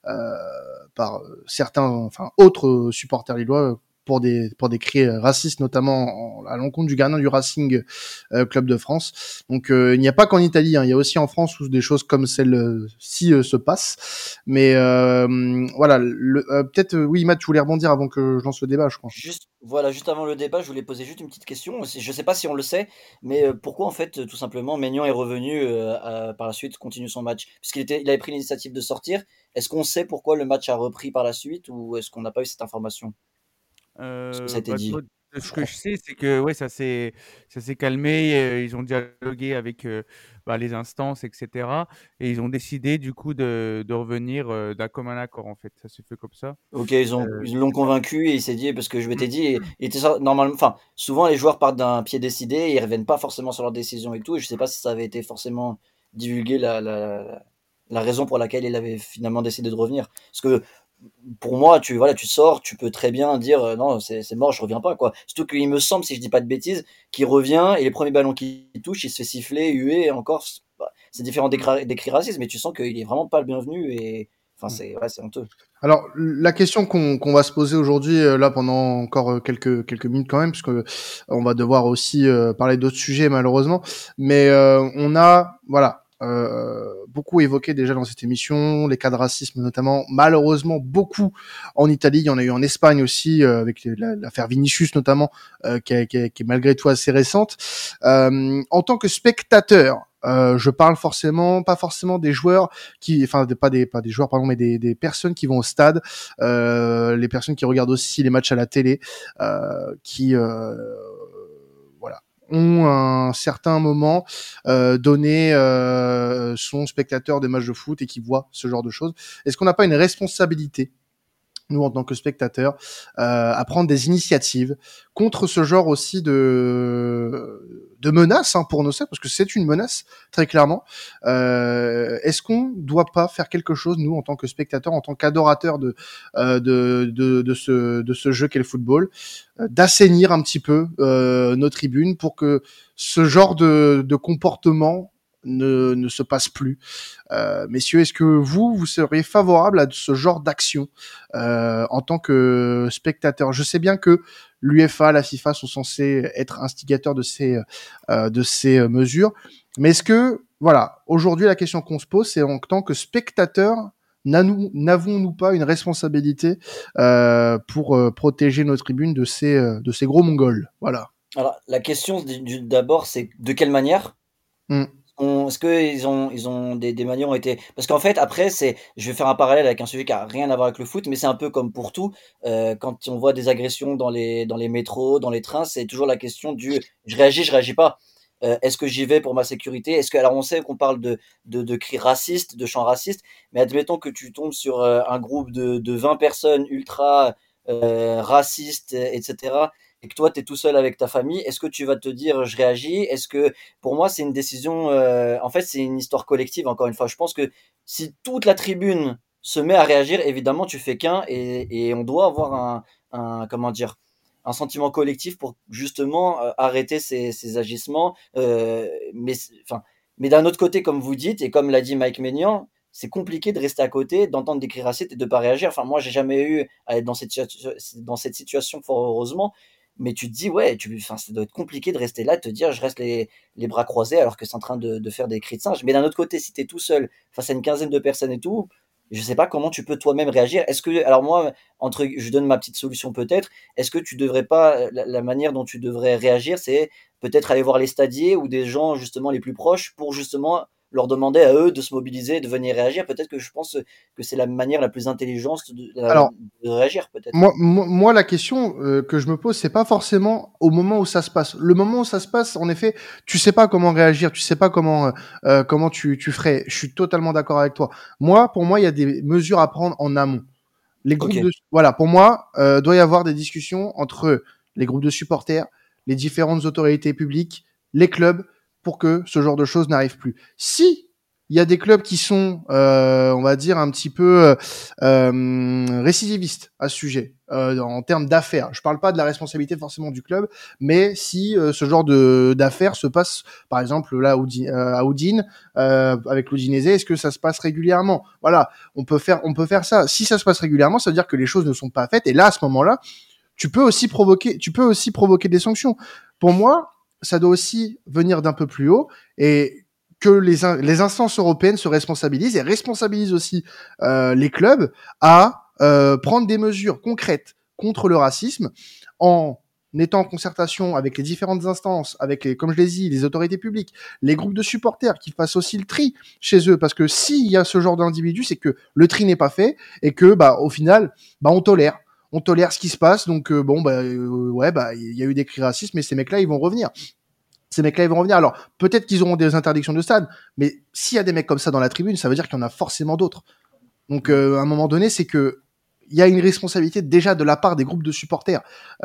certains, autres supporters lillois, pour des cris racistes, notamment à l'encontre du gardien du Racing Club de France. Donc il n'y a pas qu'en Italie, il y a aussi en France où des choses comme celle-ci se passent. Mais voilà, peut-être oui, Matt, tu voulais rebondir avant que je lance le débat, je crois. Juste avant le débat, je voulais poser juste une petite question. Je sais pas si on le sait, mais pourquoi en fait tout simplement Maignan est revenu par la suite continue son match, il avait pris l'initiative de sortir. Est-ce qu'on sait pourquoi le match a repris par la suite ou est-ce qu'on n'a pas eu cette information? Est-ce que ça a été dit? Ce que je sais, c'est que ouais, ça s'est calmé. Ils ont dialogué avec les instances, etc. Et ils ont décidé du coup de revenir d'un commun accord, en fait. Ça s'est fait comme ça. Ok, ils l'ont convaincu et il s'est dit, parce que je m'étais dit, il était normalement, souvent les joueurs partent d'un pied décidé et ils reviennent pas forcément sur leur décision et tout. Et je sais pas si ça avait été forcément divulgué la raison pour laquelle il avait finalement décidé de revenir. Parce que pour moi, tu sors, tu peux très bien dire non, c'est mort, je reviens pas quoi. Surtout qu'il me semble, si je dis pas de bêtises, qu'il revient et les premiers ballons qu'il touche, il se fait siffler, huer, et encore, c'est différent des cris racistes, mais tu sens qu'il est vraiment pas le bienvenu et enfin c'est honteux. Alors, la question qu'on va se poser aujourd'hui, là, pendant encore quelques minutes quand même, parce que on va devoir aussi parler d'autres sujets, malheureusement. Mais on a, voilà, beaucoup évoqué déjà dans cette émission, les cas de racisme notamment, malheureusement, beaucoup en Italie. Il y en a eu en Espagne aussi, avec l'affaire Vinicius notamment, qui est malgré tout assez récente. En tant que spectateur, je parle pas forcément des joueurs pas des joueurs, pardon, mais des personnes qui vont au stade, les personnes qui regardent aussi les matchs à la télé, qui voilà, ont un certain moment donné sont spectateurs des matchs de foot et qui voient ce genre de choses. Est-ce qu'on n'a pas une responsabilité, nous en tant que spectateurs, à prendre des initiatives contre ce genre aussi de menaces pour nos stades, parce que c'est une menace très clairement. Est-ce qu'on doit pas faire quelque chose, nous en tant que spectateurs, en tant qu'adorateurs de ce jeu qu'est le football, d'assainir un petit peu nos tribunes pour que ce genre de comportement ne se passe plus. Messieurs, est-ce que vous seriez favorable à ce genre d'action en tant que spectateur? Je sais bien que l'UEFA, la FIFA sont censés être instigateurs de ces mesures, mais est-ce que, voilà, aujourd'hui la question qu'on se pose, c'est en tant que spectateur, n'avons-nous pas une responsabilité pour protéger nos tribunes de ces gros Mongols? Voilà. Alors la question d'abord, c'est de quelle manière? Est-ce qu'ils ont des manières ont été parce qu'en fait après je vais faire un parallèle avec un sujet qui a rien à voir avec le foot, mais c'est un peu comme pour tout, quand on voit des agressions dans les métros, dans les trains, c'est toujours la question du: «Je réagis, je réagis pas». Est-ce que j'y vais pour ma sécurité? Est-ce que alors on sait qu'on parle de cris racistes, de chants racistes, mais admettons que tu tombes sur, un groupe de 20 personnes ultra, racistes et cetera et que toi tu es tout seul avec ta famille, est-ce que tu vas te dire: «Je réagis»? Est-ce que pour moi, c'est une décision, en fait, c'est une histoire collective, encore une fois. Je pense que si toute la tribune se met à réagir, évidemment, tu fais qu'un et on doit avoir comment dire, un sentiment collectif pour justement arrêter ces agissements. Mais d'un autre côté, comme vous dites et comme l'a dit Mike Maignan, c'est compliqué de rester à côté, d'entendre des cris racistes et de pas réagir. Enfin, moi, j'ai jamais eu à être dans cette situation, fort heureusement. Mais tu te dis, ouais, ça doit être compliqué de rester là, de te dire, je reste les bras croisés alors que c'est en train de faire des cris de singe. Mais d'un autre côté, si tu es tout seul face à une quinzaine de personnes et tout, je sais pas comment tu peux toi-même réagir. Alors moi, je donne ma petite solution peut-être. Est-ce que tu devrais pas, la manière dont tu devrais réagir, c'est peut-être aller voir les stadiers ou des gens justement les plus proches pour justement leur demander à eux de se mobiliser, de venir réagir. Peut-être que je pense que c'est la manière la plus intelligente Alors, de réagir, peut-être. Moi, la question que je me pose, c'est pas forcément au moment où ça se passe. Le moment où ça se passe, en effet, tu sais pas comment réagir, tu sais pas comment tu ferais. Je suis totalement d'accord avec toi. Pour moi, il y a des mesures à prendre en amont. Les groupes Ok. voilà, pour moi, doit y avoir des discussions entre les groupes de supporters, les différentes autorités publiques, les clubs, pour que ce genre de choses n'arrive plus. Si il y a des clubs qui sont, on va dire, un petit peu récidivistes à ce sujet, en termes d'affaires. Je parle pas de la responsabilité forcément du club, mais si ce genre d'affaires se passe, par exemple là à Udine, avec l'Udinese, est-ce que ça se passe régulièrement? Voilà, on peut faire ça. Si ça se passe régulièrement, ça veut dire que les choses ne sont pas faites. Et là, à ce moment-là, tu peux aussi provoquer des sanctions. Pour moi, ça doit aussi venir d'un peu plus haut et que les instances européennes se responsabilisent et responsabilisent aussi les clubs à prendre des mesures concrètes contre le racisme en étant en concertation avec les différentes instances, avec comme je l'ai dit, les autorités publiques, les groupes de supporters qui fassent aussi le tri chez eux, parce que s'il y a ce genre d'individus, c'est que le tri n'est pas fait et que au final, on tolère ce qui se passe, donc il y a eu des cris racistes, mais ces mecs-là, ils vont revenir. Alors, peut-être qu'ils auront des interdictions de stade, mais s'il y a des mecs comme ça dans la tribune, ça veut dire qu'il y en a forcément d'autres. Donc, à un moment donné, c'est que il y a une responsabilité déjà de la part des groupes de supporters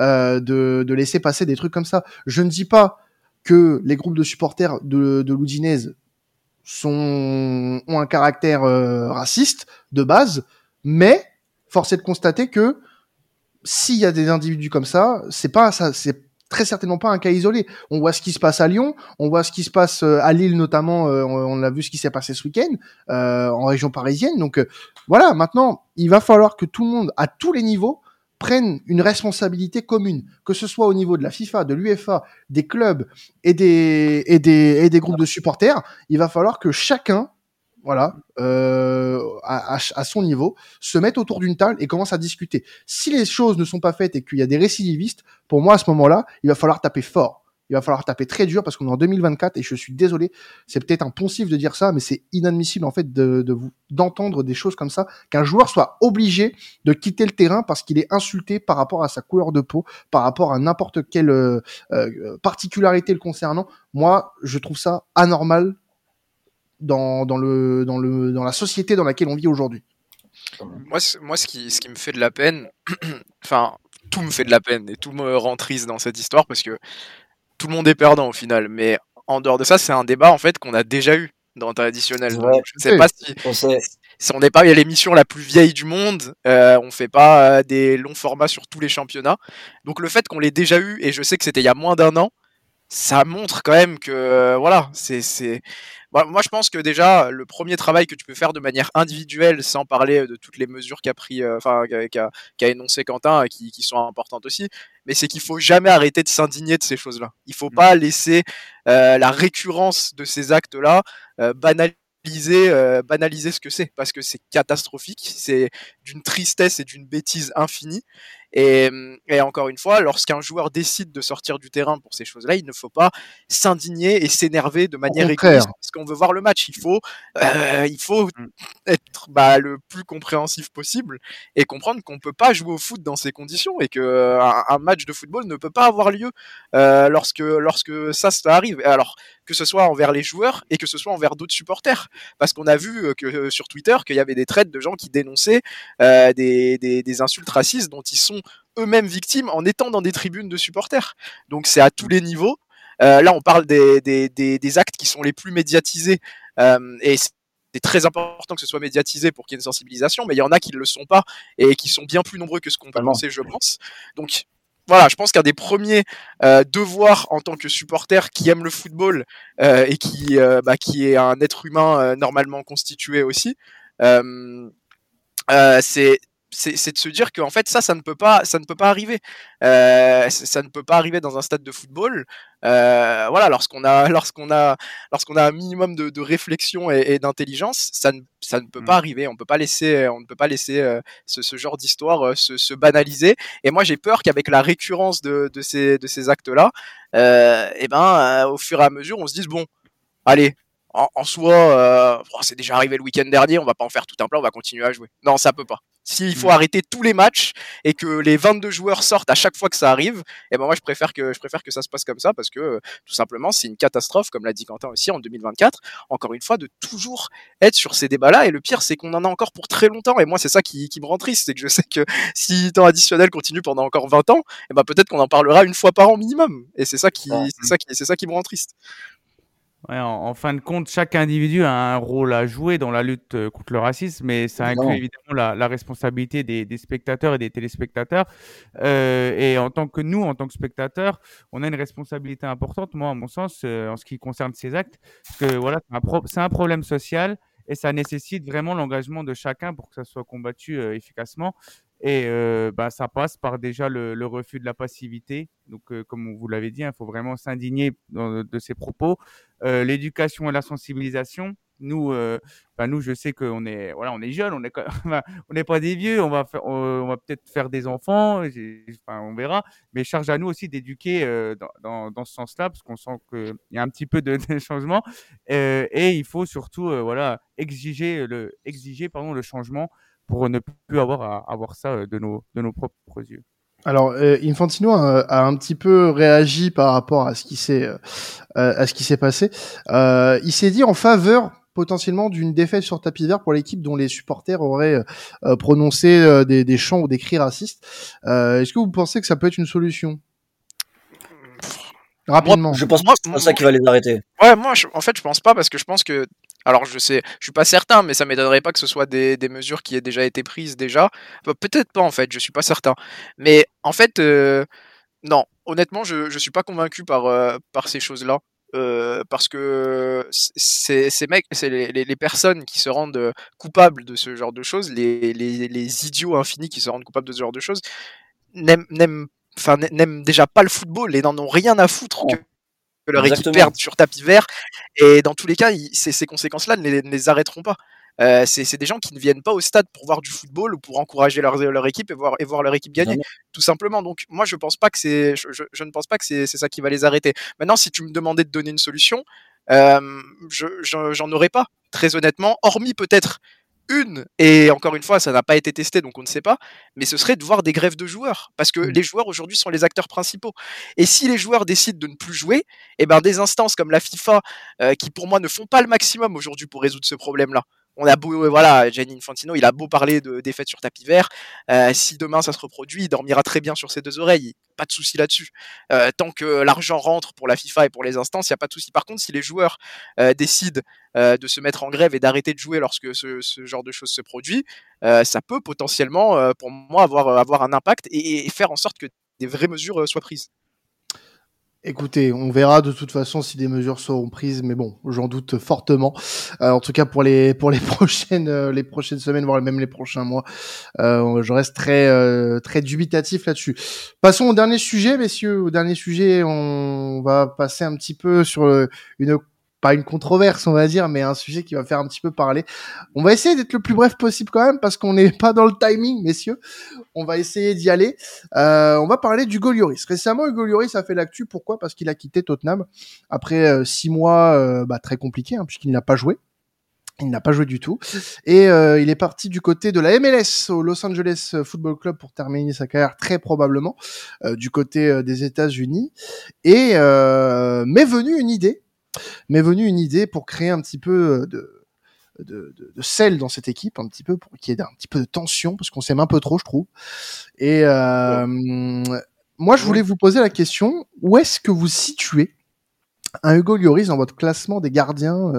de laisser passer des trucs comme ça. Je ne dis pas que les groupes de supporters de l'Udinese ont un caractère raciste de base, mais force est de constater que s'il y a des individus comme ça, c'est très certainement pas un cas isolé. On voit ce qui se passe à Lyon, on voit ce qui se passe à Lille notamment, on a vu ce qui s'est passé ce week-end en région parisienne. Donc voilà, maintenant, il va falloir que tout le monde, à tous les niveaux, prenne une responsabilité commune, que ce soit au niveau de la FIFA, de l'UEFA, des clubs et des groupes de supporters. Il va falloir que chacun, voilà, à son niveau, se mettent autour d'une table et commencent à discuter. Si les choses ne sont pas faites et qu'il y a des récidivistes, pour moi, à ce moment-là, il va falloir taper fort. Il va falloir taper très dur parce qu'on est en 2024 et je suis désolé, c'est peut-être un poncif de dire ça, mais c'est inadmissible en fait d'entendre des choses comme ça, qu'un joueur soit obligé de quitter le terrain parce qu'il est insulté par rapport à sa couleur de peau, par rapport à n'importe quelle particularité le concernant. Moi, je trouve ça anormal dans la société dans laquelle on vit aujourd'hui. Moi, ce qui me fait de la peine, enfin, tout me fait de la peine et tout me rend triste dans cette histoire parce que tout le monde est perdant au final. Mais en dehors de ça, c'est un débat en fait qu'on a déjà eu dans Traditionnel. Donc, je ne sais pas si on n'est pas l'émission la plus vieille du monde, on fait pas des longs formats sur tous les championnats. Donc le fait qu'on l'ait déjà eu, et je sais que c'était il y a moins d'1 an, ça montre quand même que voilà, moi je pense que déjà le premier travail que tu peux faire de manière individuelle, sans parler de toutes les mesures qu'a énoncé Quentin, qui sont importantes aussi, mais c'est qu'il faut jamais arrêter de s'indigner de ces choses-là. Il faut pas laisser la récurrence de ces actes-là banaliser ce que c'est, parce que c'est catastrophique, c'est d'une tristesse et d'une bêtise infinie. Et encore une fois, lorsqu'un joueur décide de sortir du terrain pour ces choses-là, il ne faut pas s'indigner et s'énerver de manière égoïste parce qu'on veut voir le match. Il faut être le plus compréhensif possible et comprendre qu'on peut pas jouer au foot dans ces conditions et que un match de football ne peut pas avoir lieu lorsque ça arrive. Alors que ce soit envers les joueurs et que ce soit envers d'autres supporters, parce qu'on a vu que sur Twitter qu'il y avait des threads de gens qui dénonçaient des insultes racistes dont ils sont eux-mêmes victimes en étant dans des tribunes de supporters. Donc c'est à tous les niveaux. Là, on parle des actes qui sont les plus médiatisés et c'est très important que ce soit médiatisé pour qu'il y ait une sensibilisation, mais il y en a qui ne le sont pas et qui sont bien plus nombreux que ce qu'on peut penser, je pense. Donc voilà, je pense qu'un des premiers devoirs en tant que supporter qui aime le football et qui est un être humain normalement constitué aussi, c'est de se dire qu'en fait ça ne peut pas arriver. Ça ne peut pas arriver dans un stade de football. Voilà, lorsqu'on a un minimum de réflexion et d'intelligence, ça ne peut pas arriver. On ne peut pas laisser ce genre d'histoire se banaliser. Et moi j'ai peur qu'avec la récurrence de ces actes-là, au fur et à mesure, on se dise bon, allez. En soi, c'est déjà arrivé le week-end dernier, on va pas en faire tout un plan, on va continuer à jouer. Non, ça peut pas. S'il faut arrêter tous les matchs et que les 22 joueurs sortent à chaque fois que ça arrive, moi je préfère que ça se passe comme ça parce que tout simplement c'est une catastrophe, comme l'a dit Quentin aussi en 2024. Encore une fois, de toujours être sur ces débats-là, et le pire c'est qu'on en a encore pour très longtemps. Et moi c'est ça qui me rend triste, c'est que je sais que si temps additionnel continue pendant encore 20 ans, peut-être qu'on en parlera une fois par an minimum. Et c'est ça qui me rend triste. Ouais, en fin de compte, chaque individu a un rôle à jouer dans la lutte contre le racisme, mais ça inclut évidemment la responsabilité des spectateurs et des téléspectateurs. Et en tant que spectateurs, on a une responsabilité importante, moi, à mon sens, en ce qui concerne ces actes, parce que voilà, c'est un problème social et ça nécessite vraiment l'engagement de chacun pour que ça soit combattu efficacement. Et ça passe par déjà le refus de la passivité. Donc, comme vous l'avez dit, il faut vraiment s'indigner de ces propos. L'éducation et la sensibilisation. Nous, je sais qu'on est, on est jeunes, on n'est pas des vieux. On va peut-être faire des enfants. On verra. Mais charge à nous aussi d'éduquer dans ce sens-là, parce qu'on sent qu'il y a un petit peu de changement. Et il faut surtout, exiger le changement, pour ne plus avoir à voir ça de nos propres yeux. Alors, Infantino a un petit peu réagi par rapport à ce qui s'est passé. Il s'est dit en faveur potentiellement d'une défaite sur tapis vert pour l'équipe dont les supporters auraient prononcé des chants ou des cris racistes. Est-ce que vous pensez que ça peut être une solution ? Rapidement. Moi, je pense pas que c'est ça qui va les arrêter. Ouais, moi, je pense pas, parce que je pense que Alors je suis pas certain, mais ça m'étonnerait pas que ce soit des mesures qui aient déjà été prises déjà. Peut-être pas en fait, je suis pas certain. Mais en fait, non, honnêtement, je suis pas convaincu par ces choses-là. Parce que ces mecs, c'est les personnes qui se rendent coupables de ce genre de choses, les idiots infinis qui se rendent coupables de ce genre de choses, n'aiment déjà pas le football et n'en ont rien à foutre que leur équipe perde sur tapis vert. Et dans tous les cas, ces conséquences-là ne les arrêteront pas. C'est des gens qui ne viennent pas au stade pour voir du football ou pour encourager leur équipe et voir leur équipe gagner, tout simplement. Donc moi, je pense pas que je ne pense pas que c'est ça qui va les arrêter. Maintenant, si tu me demandais de donner une solution, j'en aurais pas, très honnêtement, hormis peut-être une, et encore une fois, ça n'a pas été testé, donc on ne sait pas, mais ce serait de voir des grèves de joueurs, parce que les joueurs aujourd'hui sont les acteurs principaux. Et si les joueurs décident de ne plus jouer, eh ben des instances comme la FIFA, qui pour moi ne font pas le maximum aujourd'hui pour résoudre ce problème-là. On a beau, voilà, Gianni Infantino, il a beau parler de défaites sur tapis vert, si demain ça se reproduit, il dormira très bien sur ses deux oreilles, pas de souci là-dessus. Tant que l'argent rentre pour la FIFA et pour les instances, il n'y a pas de souci. Par contre, si les joueurs décident de se mettre en grève et d'arrêter de jouer lorsque ce genre de choses se produit, ça peut potentiellement, pour moi, avoir un impact et faire en sorte que des vraies mesures soient prises. Écoutez, on verra de toute façon si des mesures seront prises, mais bon, j'en doute fortement. En tout cas pour les prochaines semaines, voire même les prochains mois, je reste très dubitatif là-dessus. Passons au dernier sujet, messieurs. Au dernier sujet, on va passer un petit peu sur pas une controverse, on va dire, mais un sujet qui va faire un petit peu parler. On va essayer d'être le plus bref possible quand même, parce qu'on n'est pas dans le timing, messieurs. On va essayer d'y aller. On va parler d'Hugo Lloris. Récemment, Hugo Lloris a fait l'actu. Pourquoi ? Parce qu'il a quitté Tottenham après 6 mois très compliqués, puisqu'il n'a pas joué. Il n'a pas joué du tout. Et il est parti du côté de la MLS, au Los Angeles Football Club, pour terminer sa carrière très probablement du côté des États-Unis. Et m'est venue une idée pour créer un petit peu de sel dans cette équipe, un petit peu pour qu'il y ait un petit peu de tension, parce qu'on s'aime un peu trop, je trouve. Et moi, je voulais vous poser la question, où est-ce que vous situez un Hugo Lloris dans votre classement des gardiens,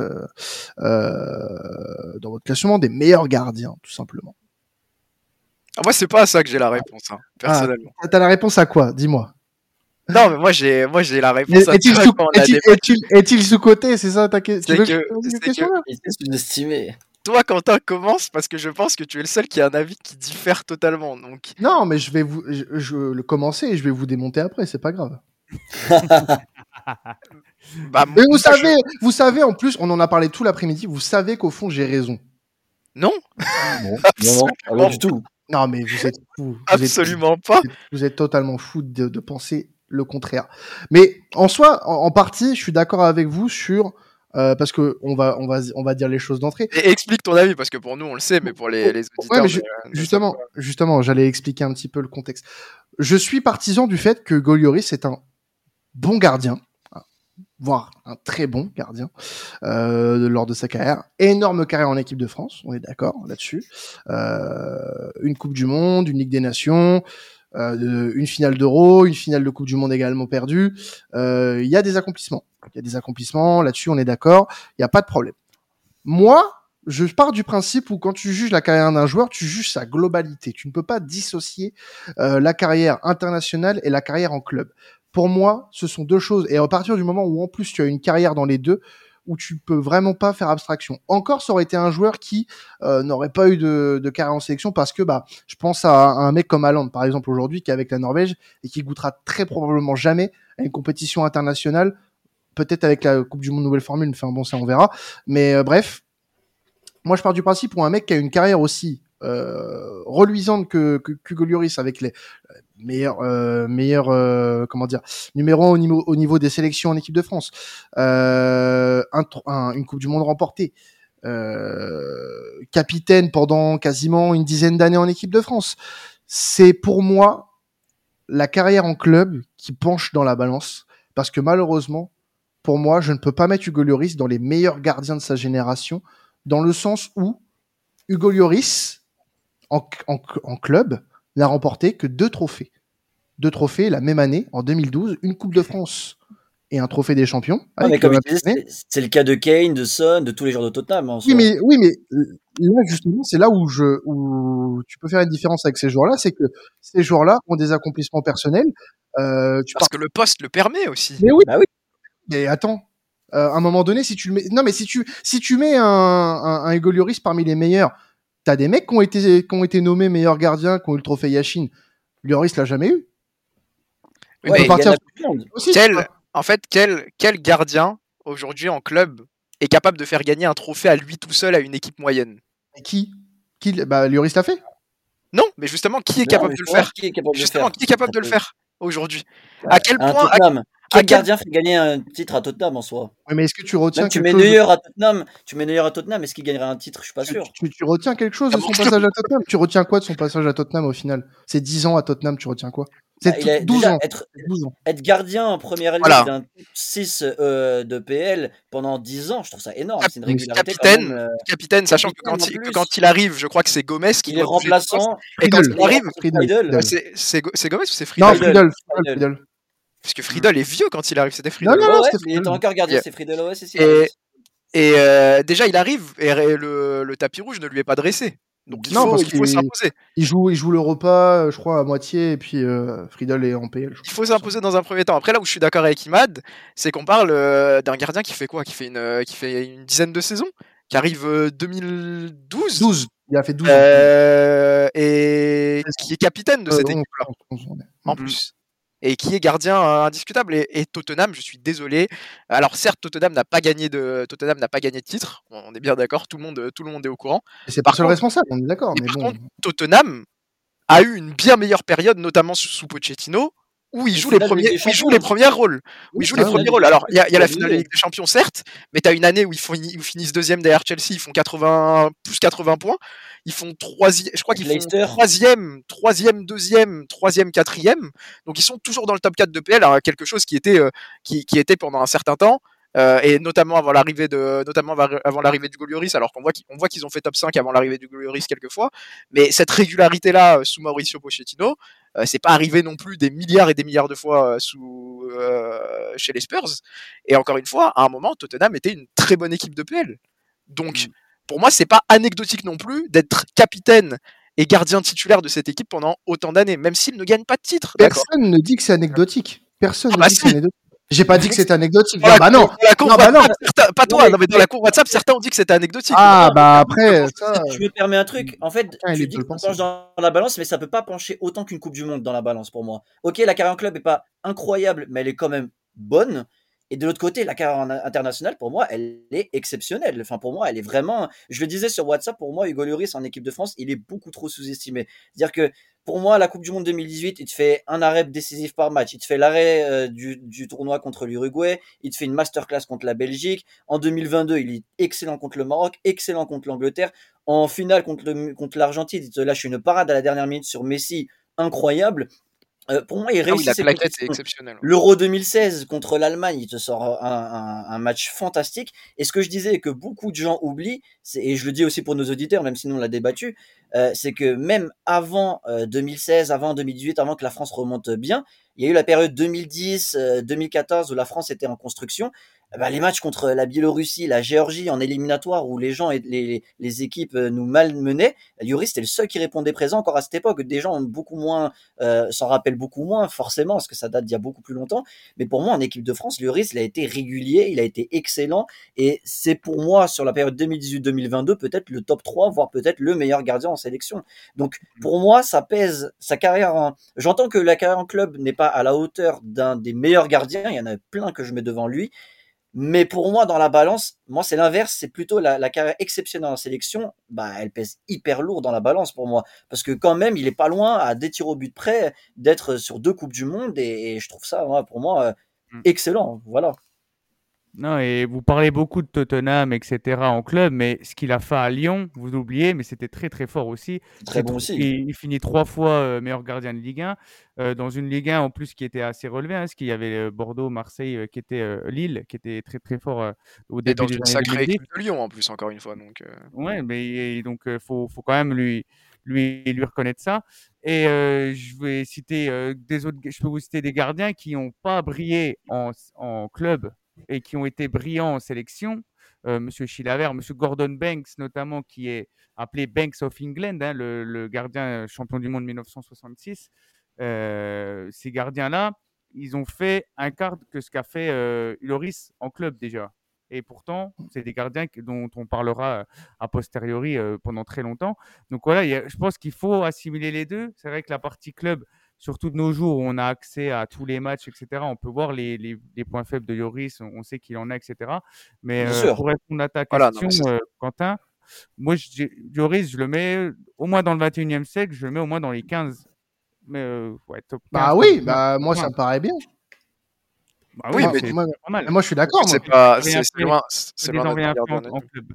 dans votre classement des meilleurs gardiens, tout simplement? Moi, c'est pas à ça que j'ai la réponse, personnellement. T'as la réponse à quoi ? Dis-moi. Non, mais moi j'ai la réponse à est-il sous-coté, c'est ça ta question? C'est sous-estimé. Toi, Quentin, commence parce que je pense que tu es le seul qui a un avis qui diffère totalement. Donc... Non, mais je vais le commencer et je vais vous démonter après, c'est pas grave. Mais vous savez, en plus, on en a parlé tout l'après-midi, vous savez qu'au fond, j'ai raison. Non. Non, pas du tout. Non, mais vous êtes fous. Absolument pas. Vous êtes totalement fous de penser le contraire. Mais en soi, en partie, je suis d'accord avec vous sur parce que on va dire les choses d'entrée. Et explique ton avis parce que pour nous on le sait, mais pour les auditeurs. Ouais, justement, j'allais expliquer un petit peu le contexte. Je suis partisan du fait que Hugo Lloris est un bon gardien, voire un très bon gardien lors de sa carrière. Énorme carrière en équipe de France, on est d'accord là-dessus. Une Coupe du Monde, une Ligue des Nations. Une finale d'Euro, une finale de Coupe du Monde également perdue. Il y a des accomplissements. Là-dessus on est d'accord. Il n'y a pas de problème. Moi, je pars du principe où quand tu juges la carrière d'un joueur, tu juges sa globalité. Tu ne peux pas dissocier la carrière internationale et la carrière en club. Pour moi, ce sont deux choses. Et à partir du moment où en plus tu as une carrière dans les deux, où tu peux vraiment pas faire abstraction. Encore, ça aurait été un joueur qui n'aurait pas eu de carrière en sélection parce que je pense à un mec comme Haaland, par exemple, aujourd'hui, qui est avec la Norvège et qui goûtera très probablement jamais à une compétition internationale, peut-être avec la Coupe du Monde nouvelle formule, enfin bon, ça on verra. Mais bref, moi je pars du principe où un mec qui a une carrière aussi reluisante que Hugo Lloris avec les meilleurs numéro 1 au niveau des sélections en équipe de France, une Coupe du Monde remportée, capitaine pendant quasiment une dizaine d'années en équipe de France. C'est pour moi la carrière en club qui penche dans la balance, parce que malheureusement, pour moi, je ne peux pas mettre Hugo Lloris dans les meilleurs gardiens de sa génération, dans le sens où Hugo Lloris, en club, n'a remporté que 2 trophées. 2 trophées la même année, en 2012, une Coupe de France et un trophée des champions. Non, mais comme je disais, c'est le cas de Kane, de Son, de tous les joueurs de Tottenham. Oui, mais là, justement, c'est là où tu peux faire une différence avec ces joueurs-là, c'est que ces joueurs-là ont des accomplissements personnels. Parce que le poste le permet aussi. Mais oui. Bah oui. Mais attends, à un moment donné, si tu le mets, non, mais si tu mets un Hugo Lloris parmi les meilleurs, t'as des mecs qui ont été nommés meilleurs gardiens, qui ont eu le trophée Yashin. Lloris l'a jamais eu. Ouais, aussi, quel gardien aujourd'hui en club est capable de faire gagner un trophée à lui tout seul à une équipe moyenne? Et qui Lloris l'a fait. Non, mais justement, qui est capable de le faire? Qui est capable de le faire aujourd'hui? À quel point quel gardien fait gagner un titre à Tottenham en soi? Oui, mais est-ce que tu retiens tu mets Neuer à Tottenham, est-ce qu'il gagnerait un titre? Je suis pas sûr. Tu retiens quelque chose de son passage à Tottenham? Tu retiens quoi de son passage à Tottenham au final? C'est 10 ans à Tottenham, tu retiens quoi? C'est 12 ans. Être gardien en première ligue d'un 6 de PL pendant 10 ans, je trouve ça énorme. C'est une régularité. Capitaine, sachant que quand il arrive, je crois que c'est Gomez qui est remplaçant. Et quand il arrive, c'est Gomez ou c'est Friedel? Non, Friedel. Parce que Friedel est vieux quand il arrive, c'était Friedel. Non, il était encore gardien, c'est Friedel, ouais, c'est ça. Et déjà, il arrive et le tapis rouge ne lui est pas dressé. Donc il faut s'imposer. Il joue l'Europa, je crois, à moitié, et puis Friedel est en PL. Il faut s'imposer dans un premier temps. Après, là où je suis d'accord avec Imad, c'est qu'on parle d'un gardien qui fait quoi? Qui fait une dizaine de saisons, qui arrive 2012. 12. Il a fait 12. Et qui est capitaine de cette équipe-là. En plus. Et qui est gardien indiscutable. Et Tottenham, je suis désolé. Alors certes, Tottenham n'a pas gagné de titre. On est bien d'accord. Tout le monde est au courant. Et c'est pas le responsable. On est d'accord. Mais par contre, Tottenham a eu une bien meilleure période, notamment sous Pochettino, où il joue les premiers rôles. Alors, il y a la finale de Ligue des Champions, certes, mais tu as une année où ils finissent deuxième derrière Chelsea, ils font 80 points. Ils font je crois qu'ils font troisième, deuxième, troisième, quatrième. Donc, ils sont toujours dans le top 4 de PL, hein, quelque chose qui était pendant un certain temps. Et notamment avant l'arrivée d'Hugo Lloris, alors qu'on voit qu'ils ont fait top 5 avant l'arrivée d'Hugo Lloris quelques fois, mais cette régularité-là sous Mauricio Pochettino, c'est pas arrivé non plus des milliards et des milliards de fois chez les Spurs. Et encore une fois, à un moment, Tottenham était une très bonne équipe de PL. Donc, pour moi, c'est pas anecdotique non plus d'être capitaine et gardien titulaire de cette équipe pendant autant d'années, même s'il ne gagne pas de titre. Personne ne dit que c'est anecdotique. Personne ne dit que c'est anecdotique. J'ai pas dit que c'était anecdotique. Pas toi, non, mais dans la cour WhatsApp, certains ont dit que c'était anecdotique. Ah, bah après, ça. Je me permets un truc. En fait, tu dis que ça penche dans la balance, mais ça peut pas pencher autant qu'une Coupe du Monde dans la balance pour moi. Ok, la carrière en club est pas incroyable, mais elle est quand même bonne. Et de l'autre côté, la carrière internationale, pour moi, elle est exceptionnelle. Enfin, pour moi, elle est vraiment. Je le disais sur WhatsApp, pour moi, Hugo Lloris en équipe de France, il est beaucoup trop sous-estimé. C'est-à-dire que pour moi, la Coupe du Monde 2018, il te fait un arrêt décisif par match. Il te fait l'arrêt du tournoi contre l'Uruguay. Il te fait une masterclass contre la Belgique. En 2022, il est excellent contre le Maroc, excellent contre l'Angleterre. En finale contre l'Argentine, il te lâche une parade à la dernière minute sur Messi, incroyable. Pour moi, il réussit. La claquette, c'est exceptionnel. L'Euro 2016 contre l'Allemagne, il te sort un match fantastique. Et ce que je disais que beaucoup de gens oublient, et je le dis aussi pour nos auditeurs, même si nous on l'a débattu, c'est que même avant 2016, avant 2018, avant que la France remonte bien, il y a eu la période 2010-2014 où la France était en construction. Les matchs contre la Biélorussie, la Géorgie en éliminatoire où les gens et les équipes nous malmenaient, Lloris c'était le seul qui répondait présent encore à cette époque. Des gens ont beaucoup moins s'en rappellent beaucoup moins forcément parce que ça date d'il y a beaucoup plus longtemps. Mais pour moi en équipe de France, Lloris il a été régulier, il a été excellent et c'est pour moi sur la période 2018-2022 peut-être le top 3 voire peut-être le meilleur gardien en sélection. Donc pour moi ça pèse sa carrière. J'entends que la carrière en club n'est pas à la hauteur d'un des meilleurs gardiens. Il y en a plein que je mets devant lui. Mais pour moi, dans la balance, moi, c'est l'inverse. C'est plutôt la carrière exceptionnelle en sélection. Elle pèse hyper lourd dans la balance pour moi. Parce que quand même, il est pas loin, à des tirs au but près, d'être sur 2 Coupes du Monde. Et je trouve ça, pour moi, excellent. Voilà. Non, et vous parlez beaucoup de Tottenham, etc. en club, mais ce qu'il a fait à Lyon, vous oubliez, mais c'était très très fort aussi. Très bon aussi. Il finit 3 fois meilleur gardien de Ligue 1, dans une Ligue 1 en plus qui était assez relevée, parce qu'il y avait Bordeaux, Marseille, qui était Lille, qui était très très fort au début des années 2010. Et dans une sacrée équipe de Lyon en plus, encore une fois. Donc, Ouais, mais donc faut quand même lui lui reconnaître ça. Et je peux vous citer des gardiens qui n'ont pas brillé en club et qui ont été brillants en sélection. Monsieur Chilavert, Monsieur Gordon Banks notamment, qui est appelé Banks of England, hein, le gardien champion du monde 1966. Ces gardiens-là, ils ont fait un quart que ce qu'a fait Lloris en club déjà. Et pourtant, c'est des gardiens dont on parlera a posteriori pendant très longtemps. Donc voilà, je pense qu'il faut assimiler les deux. C'est vrai que la partie club, surtout de nos jours où on a accès à tous les matchs, etc., on peut voir les points faibles de Lloris, on sait qu'il en a, etc. Mais pour répondre à ta question, Quentin, moi, Lloris, je le mets au moins dans le 21e siècle, je le mets au moins dans les 15. Mais ouais, top 15. Bah oui, moi, ça me paraît bien. Bah oui, moi, je suis d'accord. C'est loin en club.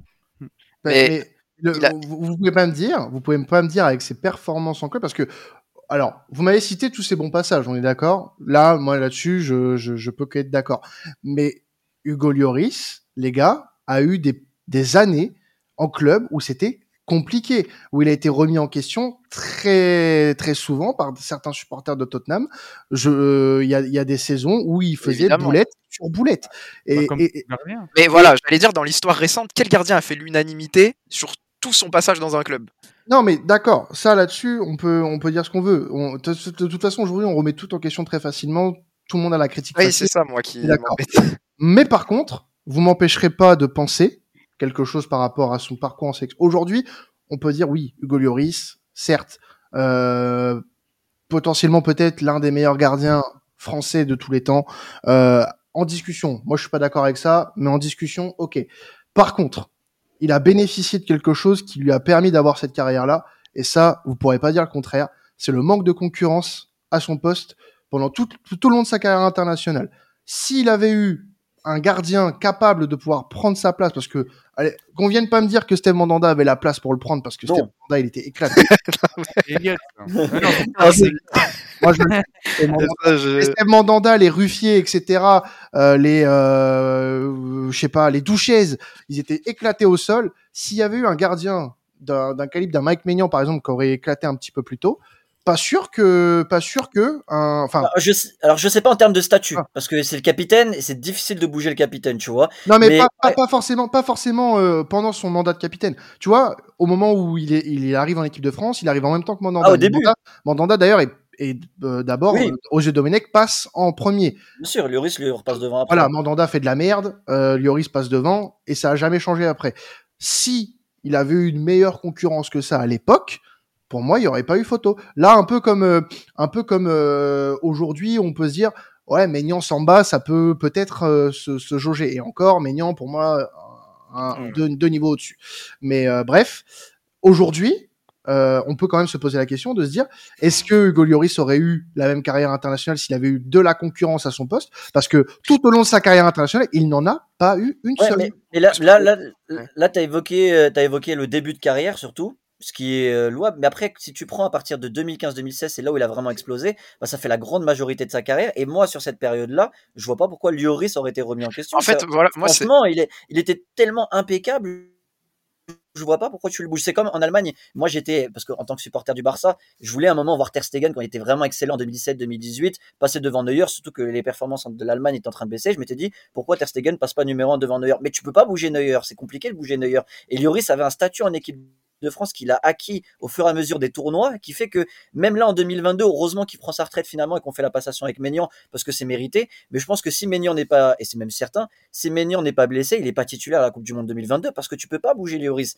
Vous pouvez pas me dire avec ses performances en club, parce que, alors, vous m'avez cité tous ces bons passages, on est d'accord. Là, moi, là-dessus, je peux qu'être d'accord. Mais Hugo Lloris, les gars, a eu des années en club où c'était compliqué, où il a été remis en question très très souvent par certains supporters de Tottenham. Il y a des saisons où il faisait boulette sur boulette. Mais voilà, j'allais dire, dans l'histoire récente, quel gardien a fait l'unanimité sur tout son passage dans un club? Non, mais d'accord, ça là-dessus, on peut dire ce qu'on veut. De toute façon, aujourd'hui, on remet tout en question très facilement. Tout le monde a la critique. Oui, c'est ça, moi qui. D'accord. Mais par contre, vous m'empêcherez pas de penser quelque chose par rapport à son parcours en sélection. Aujourd'hui, on peut dire oui, Hugo Lloris, certes, potentiellement peut-être l'un des meilleurs gardiens français de tous les temps. En discussion, moi je suis pas d'accord avec ça, mais en discussion, ok. Par contre, il a bénéficié de quelque chose qui lui a permis d'avoir cette carrière-là, et ça, vous pourrez pas dire le contraire. C'est le manque de concurrence à son poste pendant tout le long de sa carrière internationale. S'il avait eu un gardien capable de pouvoir prendre sa place, parce que, allez, qu'on vienne pas me dire que Steve Mandanda avait la place pour le prendre, parce que Steve Mandanda, il était éclaté. Steve Mandanda, les Ruffier, etc., je sais pas, les Douchez, ils étaient éclatés au sol. S'il y avait eu un gardien d'un calibre d'un Mike Maignan, par exemple, qui aurait éclaté un petit peu plus tôt, pas sûr que alors je sais pas en termes de statut, parce que c'est le capitaine et c'est difficile de bouger le capitaine, tu vois. Non, mais pas forcément pendant son mandat de capitaine. Tu vois, au moment où il arrive en équipe de France, il arrive en même temps que Mandanda. Au début. Mandanda d'ailleurs d'abord Roger Domenech passe en premier. Bien sûr, Lloris lui repasse devant après. Voilà, Mandanda fait de la merde, Lloris passe devant et ça a jamais changé après. Si il avait eu une meilleure concurrence que ça à l'époque, pour moi, il n'y aurait pas eu photo. Là, un peu comme aujourd'hui, on peut se dire, ouais, Maignan Samba, ça peut peut-être se jauger. Et encore, Maignan, pour moi, deux niveaux au-dessus. Mais bref, aujourd'hui, on peut quand même se poser la question de se dire, est-ce que Hugo Lloris aurait eu la même carrière internationale s'il avait eu de la concurrence à son poste? Parce que tout au long de sa carrière internationale, il n'en a pas eu une seule. Mais là, t'as évoqué le début de carrière surtout, ce qui est louable. Mais après, si tu prends à partir de 2015-2016, c'est là où il a vraiment explosé. Bah, ça fait la grande majorité de sa carrière. Et moi, sur cette période-là, je vois pas pourquoi Lloris aurait été remis en question. En fait, voilà, moi, franchement, il était tellement impeccable. Je vois pas pourquoi tu le bouges. C'est comme en Allemagne. Moi, parce qu'en tant que supporter du Barça, je voulais à un moment voir Ter Stegen quand il était vraiment excellent en 2017-2018, passer devant Neuer, surtout que les performances de l'Allemagne étaient en train de baisser. Je m'étais dit, pourquoi Ter Stegen passe pas numéro 1 devant Neuer? Mais tu peux pas bouger Neuer. C'est compliqué de bouger Neuer. Et Lloris avait un statut en équipe de France qu'il a acquis au fur et à mesure des tournois, qui fait que même là en 2022, heureusement qu'il prend sa retraite finalement et qu'on fait la passation avec Maignan parce que c'est mérité. Mais je pense que si Maignan n'est pas, et c'est même certain, si Maignan n'est pas blessé, il n'est pas titulaire à la Coupe du Monde 2022 parce que tu peux pas bouger Lloris.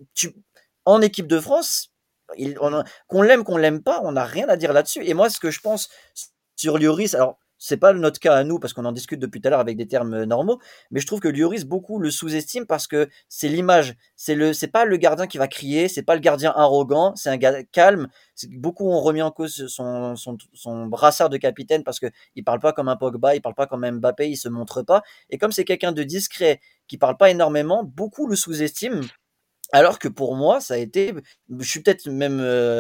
En équipe de France, qu'on l'aime pas, on n'a rien à dire là-dessus. Et moi, ce que je pense sur Lloris, alors c'est pas notre cas à nous parce qu'on en discute depuis tout à l'heure avec des termes normaux, mais je trouve que Lloris beaucoup le sous-estime parce que c'est l'image, c'est pas le gardien qui va crier, c'est pas le gardien arrogant, c'est un gars calme. Beaucoup ont remis en cause son brassard de capitaine parce que il parle pas comme un Pogba, il parle pas comme un Mbappé, il se montre pas. Et comme c'est quelqu'un de discret qui parle pas énormément, beaucoup le sous-estiment. Alors que pour moi, ça a été, je suis peut-être même,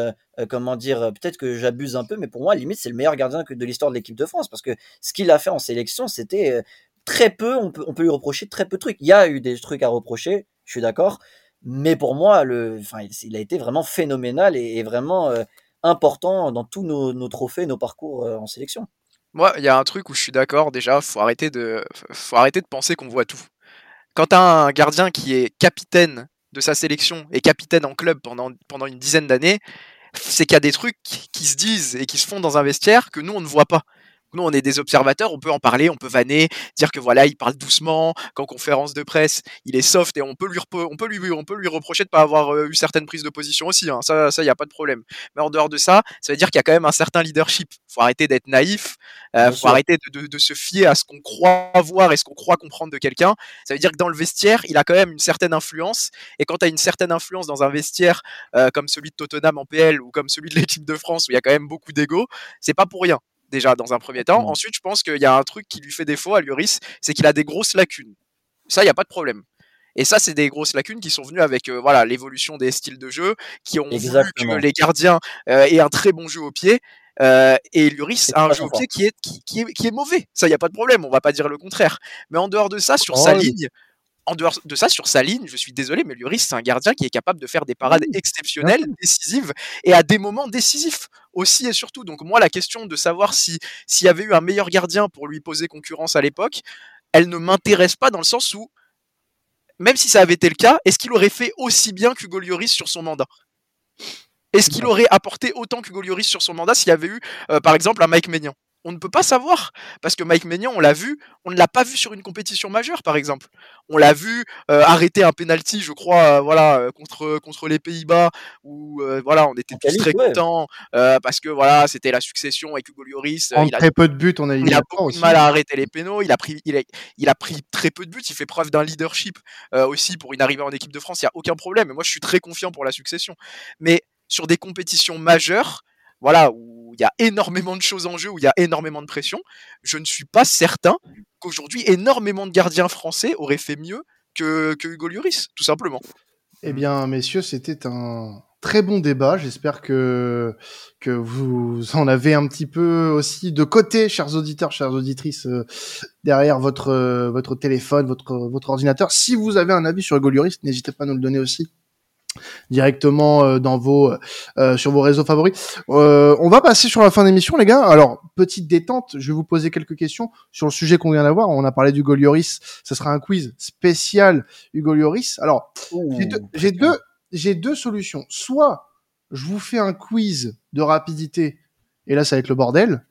peut-être que j'abuse un peu, mais pour moi, limite, c'est le meilleur gardien de l'histoire de l'équipe de France, parce que ce qu'il a fait en sélection, c'était très peu, on peut lui reprocher très peu de trucs. Il y a eu des trucs à reprocher, je suis d'accord, Mais pour moi, il a été vraiment phénoménal et vraiment important dans tous nos trophées, nos parcours en sélection. Moi, il y a un truc où je suis d'accord, déjà, faut arrêter de penser qu'on voit tout. Quand t'as un gardien qui est capitaine de sa sélection et capitaine en club pendant une dizaine d'années, c'est qu'il y a des trucs qui se disent et qui se font dans un vestiaire que nous, on ne voit pas. Nous, on est des observateurs, on peut en parler, on peut vanner, dire que voilà, il parle doucement, qu'en conférence de presse, il est soft et on peut lui reprocher de pas avoir eu certaines prises de position aussi. Hein. Ça, y a pas de problème. Mais en dehors de ça, ça veut dire qu'il y a quand même un certain leadership. Faut arrêter d'être naïf, faut arrêter de se fier à ce qu'on croit voir et ce qu'on croit comprendre de quelqu'un. Ça veut dire que dans le vestiaire, il a quand même une certaine influence. Et quand tu as une certaine influence dans un vestiaire comme celui de Tottenham en PL ou comme celui de l'équipe de France où il y a quand même beaucoup d'ego, c'est pas pour rien. Déjà dans un premier temps. Ensuite, je pense qu'il y a un truc qui lui fait défaut à Lloris, c'est qu'il a des grosses lacunes. Ça, il n'y a pas de problème. Et ça, c'est des grosses lacunes qui sont venues avec l'évolution des styles de jeu, qui ont voulu que les gardiens aient un très bon jeu au pied. Et Lloris a un jeu au pied qui est mauvais. Ça, il n'y a pas de problème. On va pas dire le contraire. Mais en dehors de ça, sur sa ligne, je suis désolé, mais Lloris, c'est un gardien qui est capable de faire des parades exceptionnelles, décisives, et à des moments décisifs aussi et surtout. Donc moi, la question de savoir s'il y avait eu un meilleur gardien pour lui poser concurrence à l'époque, elle ne m'intéresse pas dans le sens où, même si ça avait été le cas, est-ce qu'il aurait fait aussi bien qu'Hugo Lloris sur son mandat ? Est-ce qu'il aurait apporté autant qu'Hugo Lloris sur son mandat s'il y avait eu, par exemple, un Mike Maignan ? On ne peut pas savoir, parce que Mike Maignan, on ne l'a pas vu sur une compétition majeure, par exemple. On l'a vu arrêter un penalty, je crois, contre les Pays-Bas, où on était tous très contents, parce que c'était la succession avec Hugo Lloris. Il a très peu de buts, on a il a beaucoup de mal à arrêter les pénaux. Il a pris très peu de buts. Il fait preuve d'un leadership aussi pour une arrivée en équipe de France. Il y a aucun problème. Et moi, je suis très confiant pour la succession. Mais sur des compétitions majeures, où il y a énormément de choses en jeu, où il y a énormément de pression, je ne suis pas certain qu'aujourd'hui, énormément de gardiens français auraient fait mieux que Hugo Lloris, tout simplement. Eh bien, messieurs, c'était un très bon débat. J'espère que vous en avez un petit peu aussi de côté, chers auditeurs, chères auditrices, derrière votre téléphone, votre ordinateur. Si vous avez un avis sur Hugo Lloris, n'hésitez pas à nous le donner aussi directement sur vos réseaux favoris. On va passer sur la fin d'émission, les gars. Alors, petite détente, je vais vous poser quelques questions sur le sujet qu'on vient d'avoir. On a parlé d'Hugo Lloris, ça sera un quiz spécial Hugo Lloris. Alors, j'ai deux solutions. Soit je vous fais un quiz de rapidité, et là ça va être le bordel.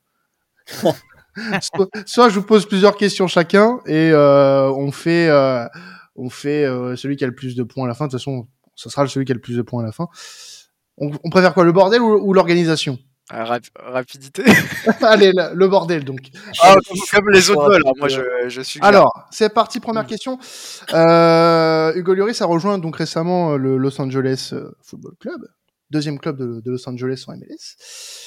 soit je vous pose plusieurs questions chacun, et on fait celui qui a le plus de points à la fin. De toute façon, ça sera celui qui a le plus de points à la fin. On préfère quoi, le bordel ou l'organisation ? Rapidité. Allez, le bordel, donc. Comme les autres veulent, moi je suis... Alors, c'est parti, première question. Hugo Lloris a rejoint donc récemment le Los Angeles Football Club, deuxième club de Los Angeles en MLS.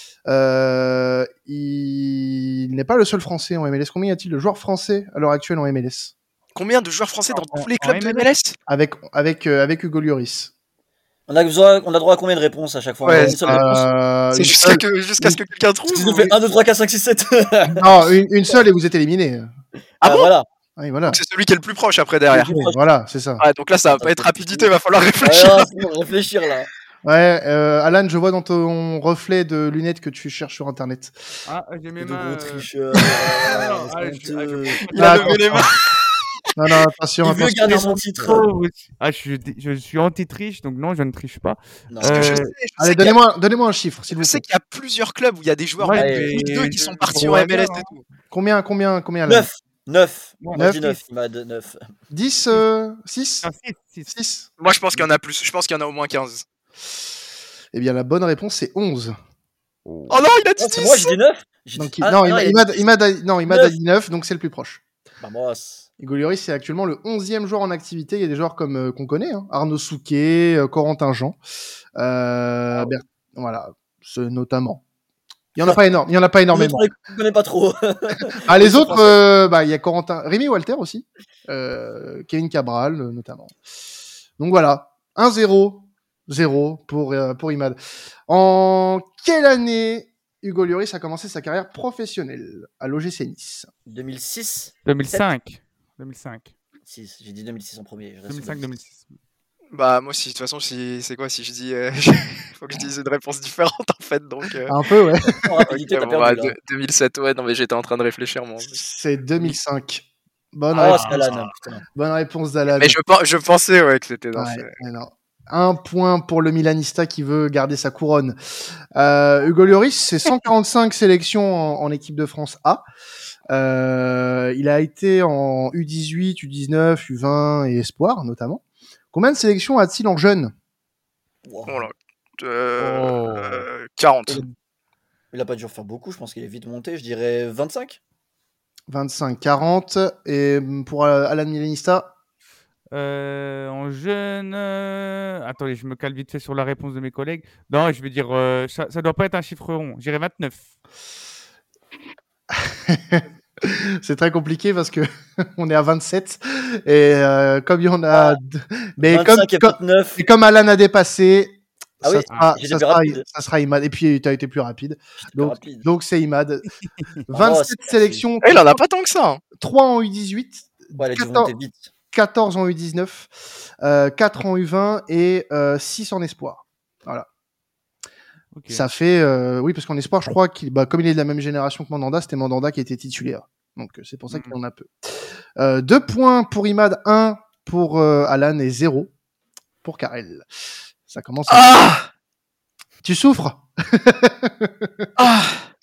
Il n'est pas le seul français en MLS. Combien y a-t-il de joueurs français à l'heure actuelle en MLS ? Combien de joueurs français dans tous les clubs de MLS ? Avec Hugo Lloris. On a droit à combien de réponses à chaque fois ? C'est jusqu'à ce que quelqu'un trouve. Si nous fait 1, 2, 3, 4, 5, 6, 7. Non, une seule et vous êtes éliminé. Ah bon ? Voilà. Oui, voilà. Donc c'est celui qui est le plus proche après derrière. Oui, voilà, c'est ça. Ouais, donc là, ça va pas être rapidité, il va falloir réfléchir. Réfléchir là. Ouais, Alan, je vois dans ton reflet de lunettes que tu cherches sur Internet. Ah, j'ai mes mains. Il a levé les mains. Non, attention. Il veut garder son titre. Je suis anti-triche, donc non, je ne triche pas. Allez, donnez-moi un chiffre, s'il vous plaît. Je sais qu'il y a plusieurs clubs où il y a des joueurs qui sont partis en MLS et tout. Combien 9. Moi, je dis 9. Il m'a dit 9. 10 6 6. Moi, je pense qu'il y en a plus. Je pense qu'il y en a au moins 15. Eh bien, la bonne réponse, c'est 11. Oh non, il a dit 10. Moi, j'ai dit 9. Donc, il m'a dit 9, donc c'est le plus proche. Hugo Lloris, c'est actuellement le 11e joueur en activité. Il y a des joueurs comme qu'on connaît, hein. Arnaud Souquet, Corentin Jean. Voilà, notamment. Il y en a pas énormément. Je ne connais pas trop. Les autres, il y a Corentin, Rémi Walter aussi, Kevin Cabral notamment. Donc voilà, 1-0 pour Imad. En quelle année Hugo Lloris a commencé sa carrière professionnelle à l'OGC Nice ? 2006. 2005. 6. J'ai dit 2006 en premier. 2005-2006. Bah moi si de toute façon c'est quoi si je dis faut que je dise une réponse différente en fait donc Un peu, ouais. En rapidité, ok, t'as bon, perdu bah, là. 2007 ouais non mais j'étais en train de réfléchir moi en plus. C'est 2005. Bonne Oh, réponse. c'est Alan, putain. Bonne réponse d'Alan. Mais je pensais ouais que c'était dans Ouais, non. Un point pour le Milanista qui veut garder sa couronne. Hugo Lloris, c'est 145 sélections en équipe de France A. Il a été en U18, U19, U20 et Espoir notamment. Combien de sélections a-t-il en jeune? Wow. Voilà. Oh. 40. Il a pas dû en faire beaucoup, je pense qu'il est vite monté. Je dirais 25. 25, 40. Et pour Alan Milanista? En jeune. Attendez, je me cale vite fait sur la réponse de mes collègues. Non, je vais dire. Ça doit pas être un chiffre rond. J'irai 29. C'est très compliqué parce que on est à 27 et comme il y en a mais 25 et 29. comme Alan a dépassé, Ah oui, j'étais plus rapide. ça sera Imad et puis tu as été plus rapide. J'étais plus rapide. Donc c'est Imad. Oh, 27 sélections, Il en a pas tant que ça. Hein. 3 en U18, Ouais, elle a dû monter vite. 14 en U19, 4 en U20 et 6 en espoir. Voilà. Okay. Ça fait oui parce qu'en espoir je crois qu'il comme il est de la même génération que Mandanda, c'était Mandanda qui était titulaire. Donc c'est pour ça qu'il en a peu. 2 points pour Imad, 1 pour Alan et 0 pour Karel. Ça commence. Ah Tu souffres. Ah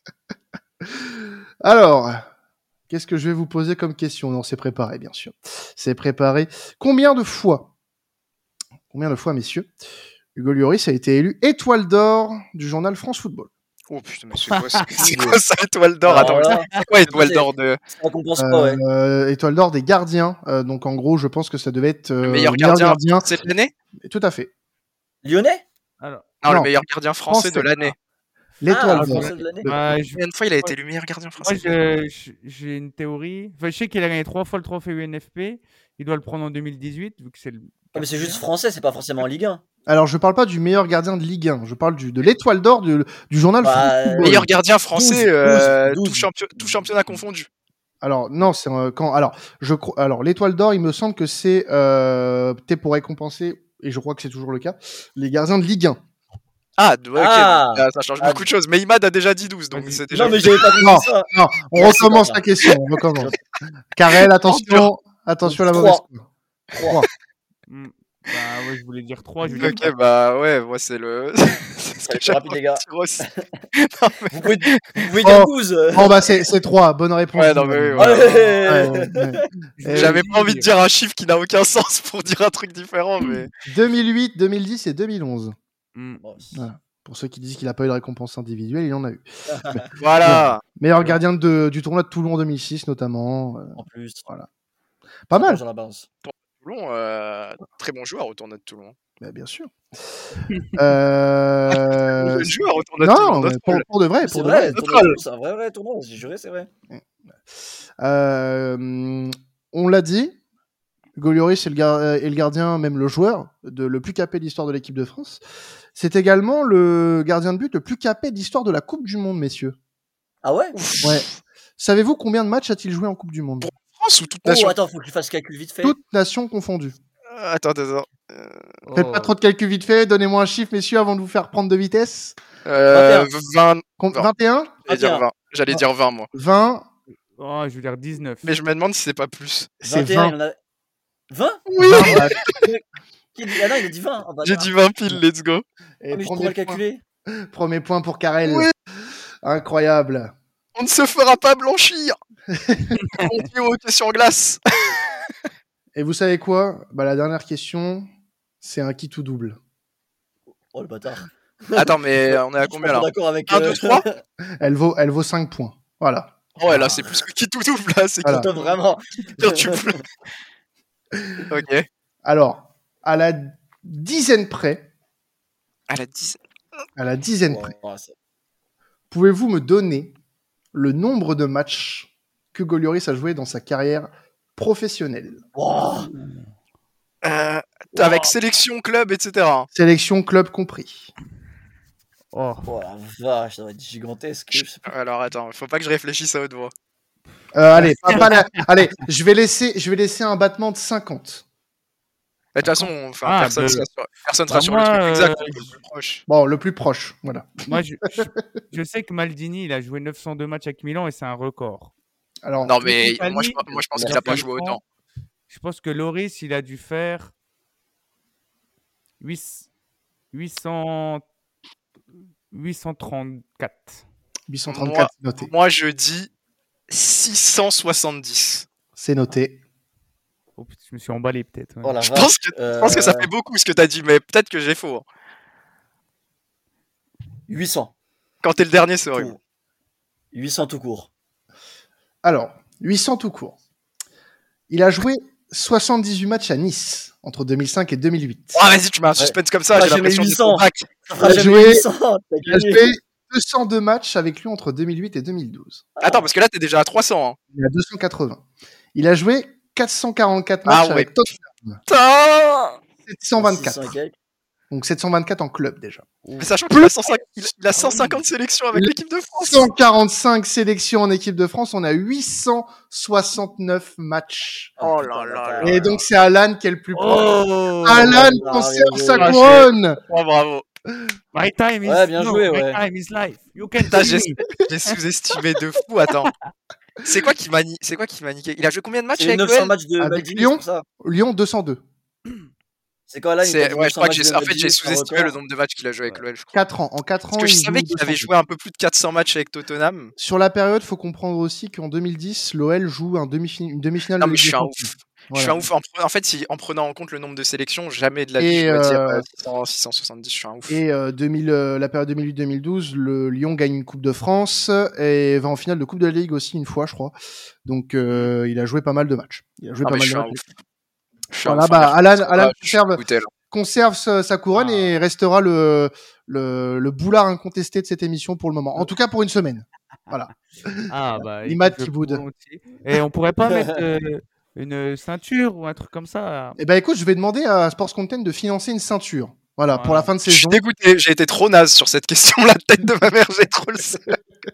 Alors, qu'est-ce que je vais vous poser comme question? Non, c'est préparé, bien sûr. C'est préparé. Combien de fois, messieurs, Hugo Lloris a été élu étoile d'or du journal France Football? Oh putain, mais c'est quoi ça, étoile d'or? Attends, c'est quoi étoile d'or de... Ça compense pas, ouais. Étoile d'or des gardiens. Donc en gros, je pense que ça devait être le meilleur gardien français de l'année? Tout à fait. Lyonnais? Alors, non, le meilleur gardien français de l'année. L'étoile d'or. Français de l'année. Combien de fois il a été élu meilleur gardien français? Moi, j'ai une théorie. Enfin, je sais qu'il a gagné 3 fois le trophée UNFP. Il doit le prendre en 2018, vu que c'est le. Mais c'est juste français, c'est pas forcément en Ligue 1. Alors, je parle pas du meilleur gardien de Ligue 1. Je parle de l'étoile d'or du journal Football. Meilleur gardien français, 12. tout championnat confondu. Alors non, c'est quand. Alors l'étoile d'or, il me semble que c'est peut-être pour récompenser, et je crois que c'est toujours le cas, les gardiens de Ligue 1. Ah, ok, ça change beaucoup de choses. Mais Imad a déjà dit 12, donc c'est déjà. Non, mais j'avais pas compris ça. Non, on recommence la question. On recommence. Karel, attention à la mauvaise. 3. Bah ouais, je voulais dire 3. Ok, bah ouais, moi c'est le. C'est ce que j'ai rapide, les gars. Non, mais... Vous pouvez dire 12. Bon, bah c'est 3. Bonne réponse. Ouais, non, mais oui. Ouais. J'avais pas envie de dire un chiffre qui n'a aucun sens pour dire un truc différent, mais. 2008, 2010 et 2011. Voilà. Pour ceux qui disent qu'il n'a pas eu de récompense individuelle, il en a eu. Voilà. Meilleur gardien du tournoi de Toulon 2006 notamment. En plus. Voilà. Pas mal. Dans la base. Toulon, très bon joueur au tournoi de Toulon. Bah, bien sûr. Joueur au tournoi de Toulon. Non, pour de vrai. C'est vrai, c'est un vrai tournoi, j'ai juré, c'est vrai. On l'a dit, Hugo Lloris est le gardien, même le joueur, le plus capé de l'histoire de l'équipe de France. C'est également le gardien de but le plus capé de l'histoire de la Coupe du Monde, messieurs. Ah ouais? Ouais. Savez-vous combien de matchs a-t-il joué en Coupe du Monde? Pour France ou toute nation? Attends, faut que je fasse calcul vite fait. Toute nation confondue. Attends. Faites pas trop de calcul vite fait, donnez-moi un chiffre, messieurs, avant de vous faire prendre de vitesse. 20. 21? J'allais dire 20, moi. 20. Oh, je veux dire 19. Mais je me demande si c'est pas plus. C'est 21, 20. il y en a... 20? Oui. Ah non, il a dit 20. J'ai dit 20 piles, let's go. Et mais je pourrais le calculer. Premier point pour Karel. Oui. Incroyable. On ne se fera pas blanchir. On dit au hockey sur glace. Et vous savez quoi? La dernière question, c'est un qui tout double. Oh le bâtard. Attends, mais on est à combien là? D'accord avec 1, 2, 3. Elle vaut 5 points. Voilà. Ouais, là, c'est plus que qui tout double, là. C'est voilà. Vraiment. Tu Ok. Alors, à la dizaine près. À la dizaine. À la dizaine près. Pouvez-vous me donner le nombre de matchs que Hugo Lloris a joué dans sa carrière professionnelle? Avec sélection, club, etc. Sélection, club compris. Oh la vache, ça va être gigantesque. Alors attends, faut pas que je réfléchisse à haute voix. Allez, allez, je vais laisser un battement de 50. De toute façon, personne sera sur le truc exact, le plus proche. Bon, le plus proche, voilà. Moi, je sais que Maldini, il a joué 902 matchs avec Milan et c'est un record. Alors, non, mais moi, je pense qu'il n'a pas joué autant. Je pense que Loris, il a dû faire 834. 834, c'est noté. Moi, je dis 670. C'est noté. Oh, je me suis emballé peut-être. Ouais. Oh, je pense que ça fait beaucoup ce que tu as dit, mais peut-être que j'ai faux. 800. Quand t'es le dernier, c'est horrible. 800 tout court. Alors, 800 tout court. Il a joué 78 matchs à Nice entre 2005 et 2008. Ah, vas-y, tu m'as un suspense comme ça, j'ai l'impression de Il a joué 202 matchs avec lui entre 2008 et 2012. Attends, parce que là, t'es déjà à 300. Hein. Il a 280. Il a joué 444 matchs avec Tottenham. 724. Donc 724 en club déjà. Mais sachant qu'il a 150 sélections avec l'équipe de France. 145 sélections en équipe de France, on a 869 matchs. Oh là là. Et donc c'est Alan qui est le plus proche. Alan conserve sa couronne. Oh, bravo. My time is bien joué, my time is life. You can j'ai sous-estimé de fou, attends. C'est quoi qui m'a niqué? Il a joué combien de matchs avec 900 matchs de avec Lyon, Lyon 202. C'est quand Alan je crois que j'ai sous-estimé le nombre de matchs qu'il a joué avec l'OL, je crois. 4 ans. En 4 ans, parce que je savais qu'il avait joué un peu plus de 400 matchs avec Tottenham. Sur la période, il faut comprendre aussi qu'en 2010, l'OL joue une demi-finale de Ligue des Champions. Je suis un ouf. En fait, en prenant en compte le nombre de sélections, jamais de la vie je vais dire 670, je suis un ouf. Et la période 2008-2012, le Lyon gagne une Coupe de France et va en finale de Coupe de la Ligue aussi une fois, je crois. Donc, il a joué pas mal de matchs. Voilà, Alan conserve sa couronne et restera le boulard incontesté de cette émission pour le moment. En tout cas, pour une semaine. Voilà. Imad Kiboud. Et on pourrait pas mettre une ceinture ou un truc comme ça. Eh ben écoute, je vais demander à Sports Content de financer une ceinture. Voilà, pour la fin de saison. Je suis dégoûté, j'ai été trop naze sur cette question. La tête de ma mère, j'ai trop le seum.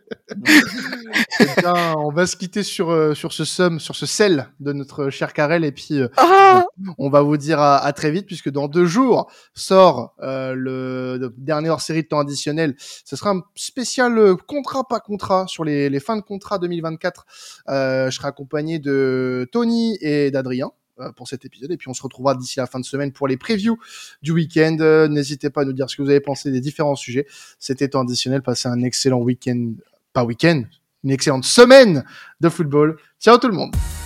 Eh bien, on va se quitter sur ce sel de notre cher Karel et puis on va vous dire à très vite puisque dans 2 jours sort le dernier hors-série de temps additionnel. Ce sera un spécial contrat pas contrat sur les fins de contrat 2024. Je serai accompagné de Tony et d'Adrien pour cet épisode et puis on se retrouvera d'ici la fin de semaine pour les previews du week-end. N'hésitez pas à nous dire ce que vous avez pensé des différents sujets. C'était temps additionnel. Passez un excellent week-end, pas week-end, une excellente semaine de football. Ciao tout le monde.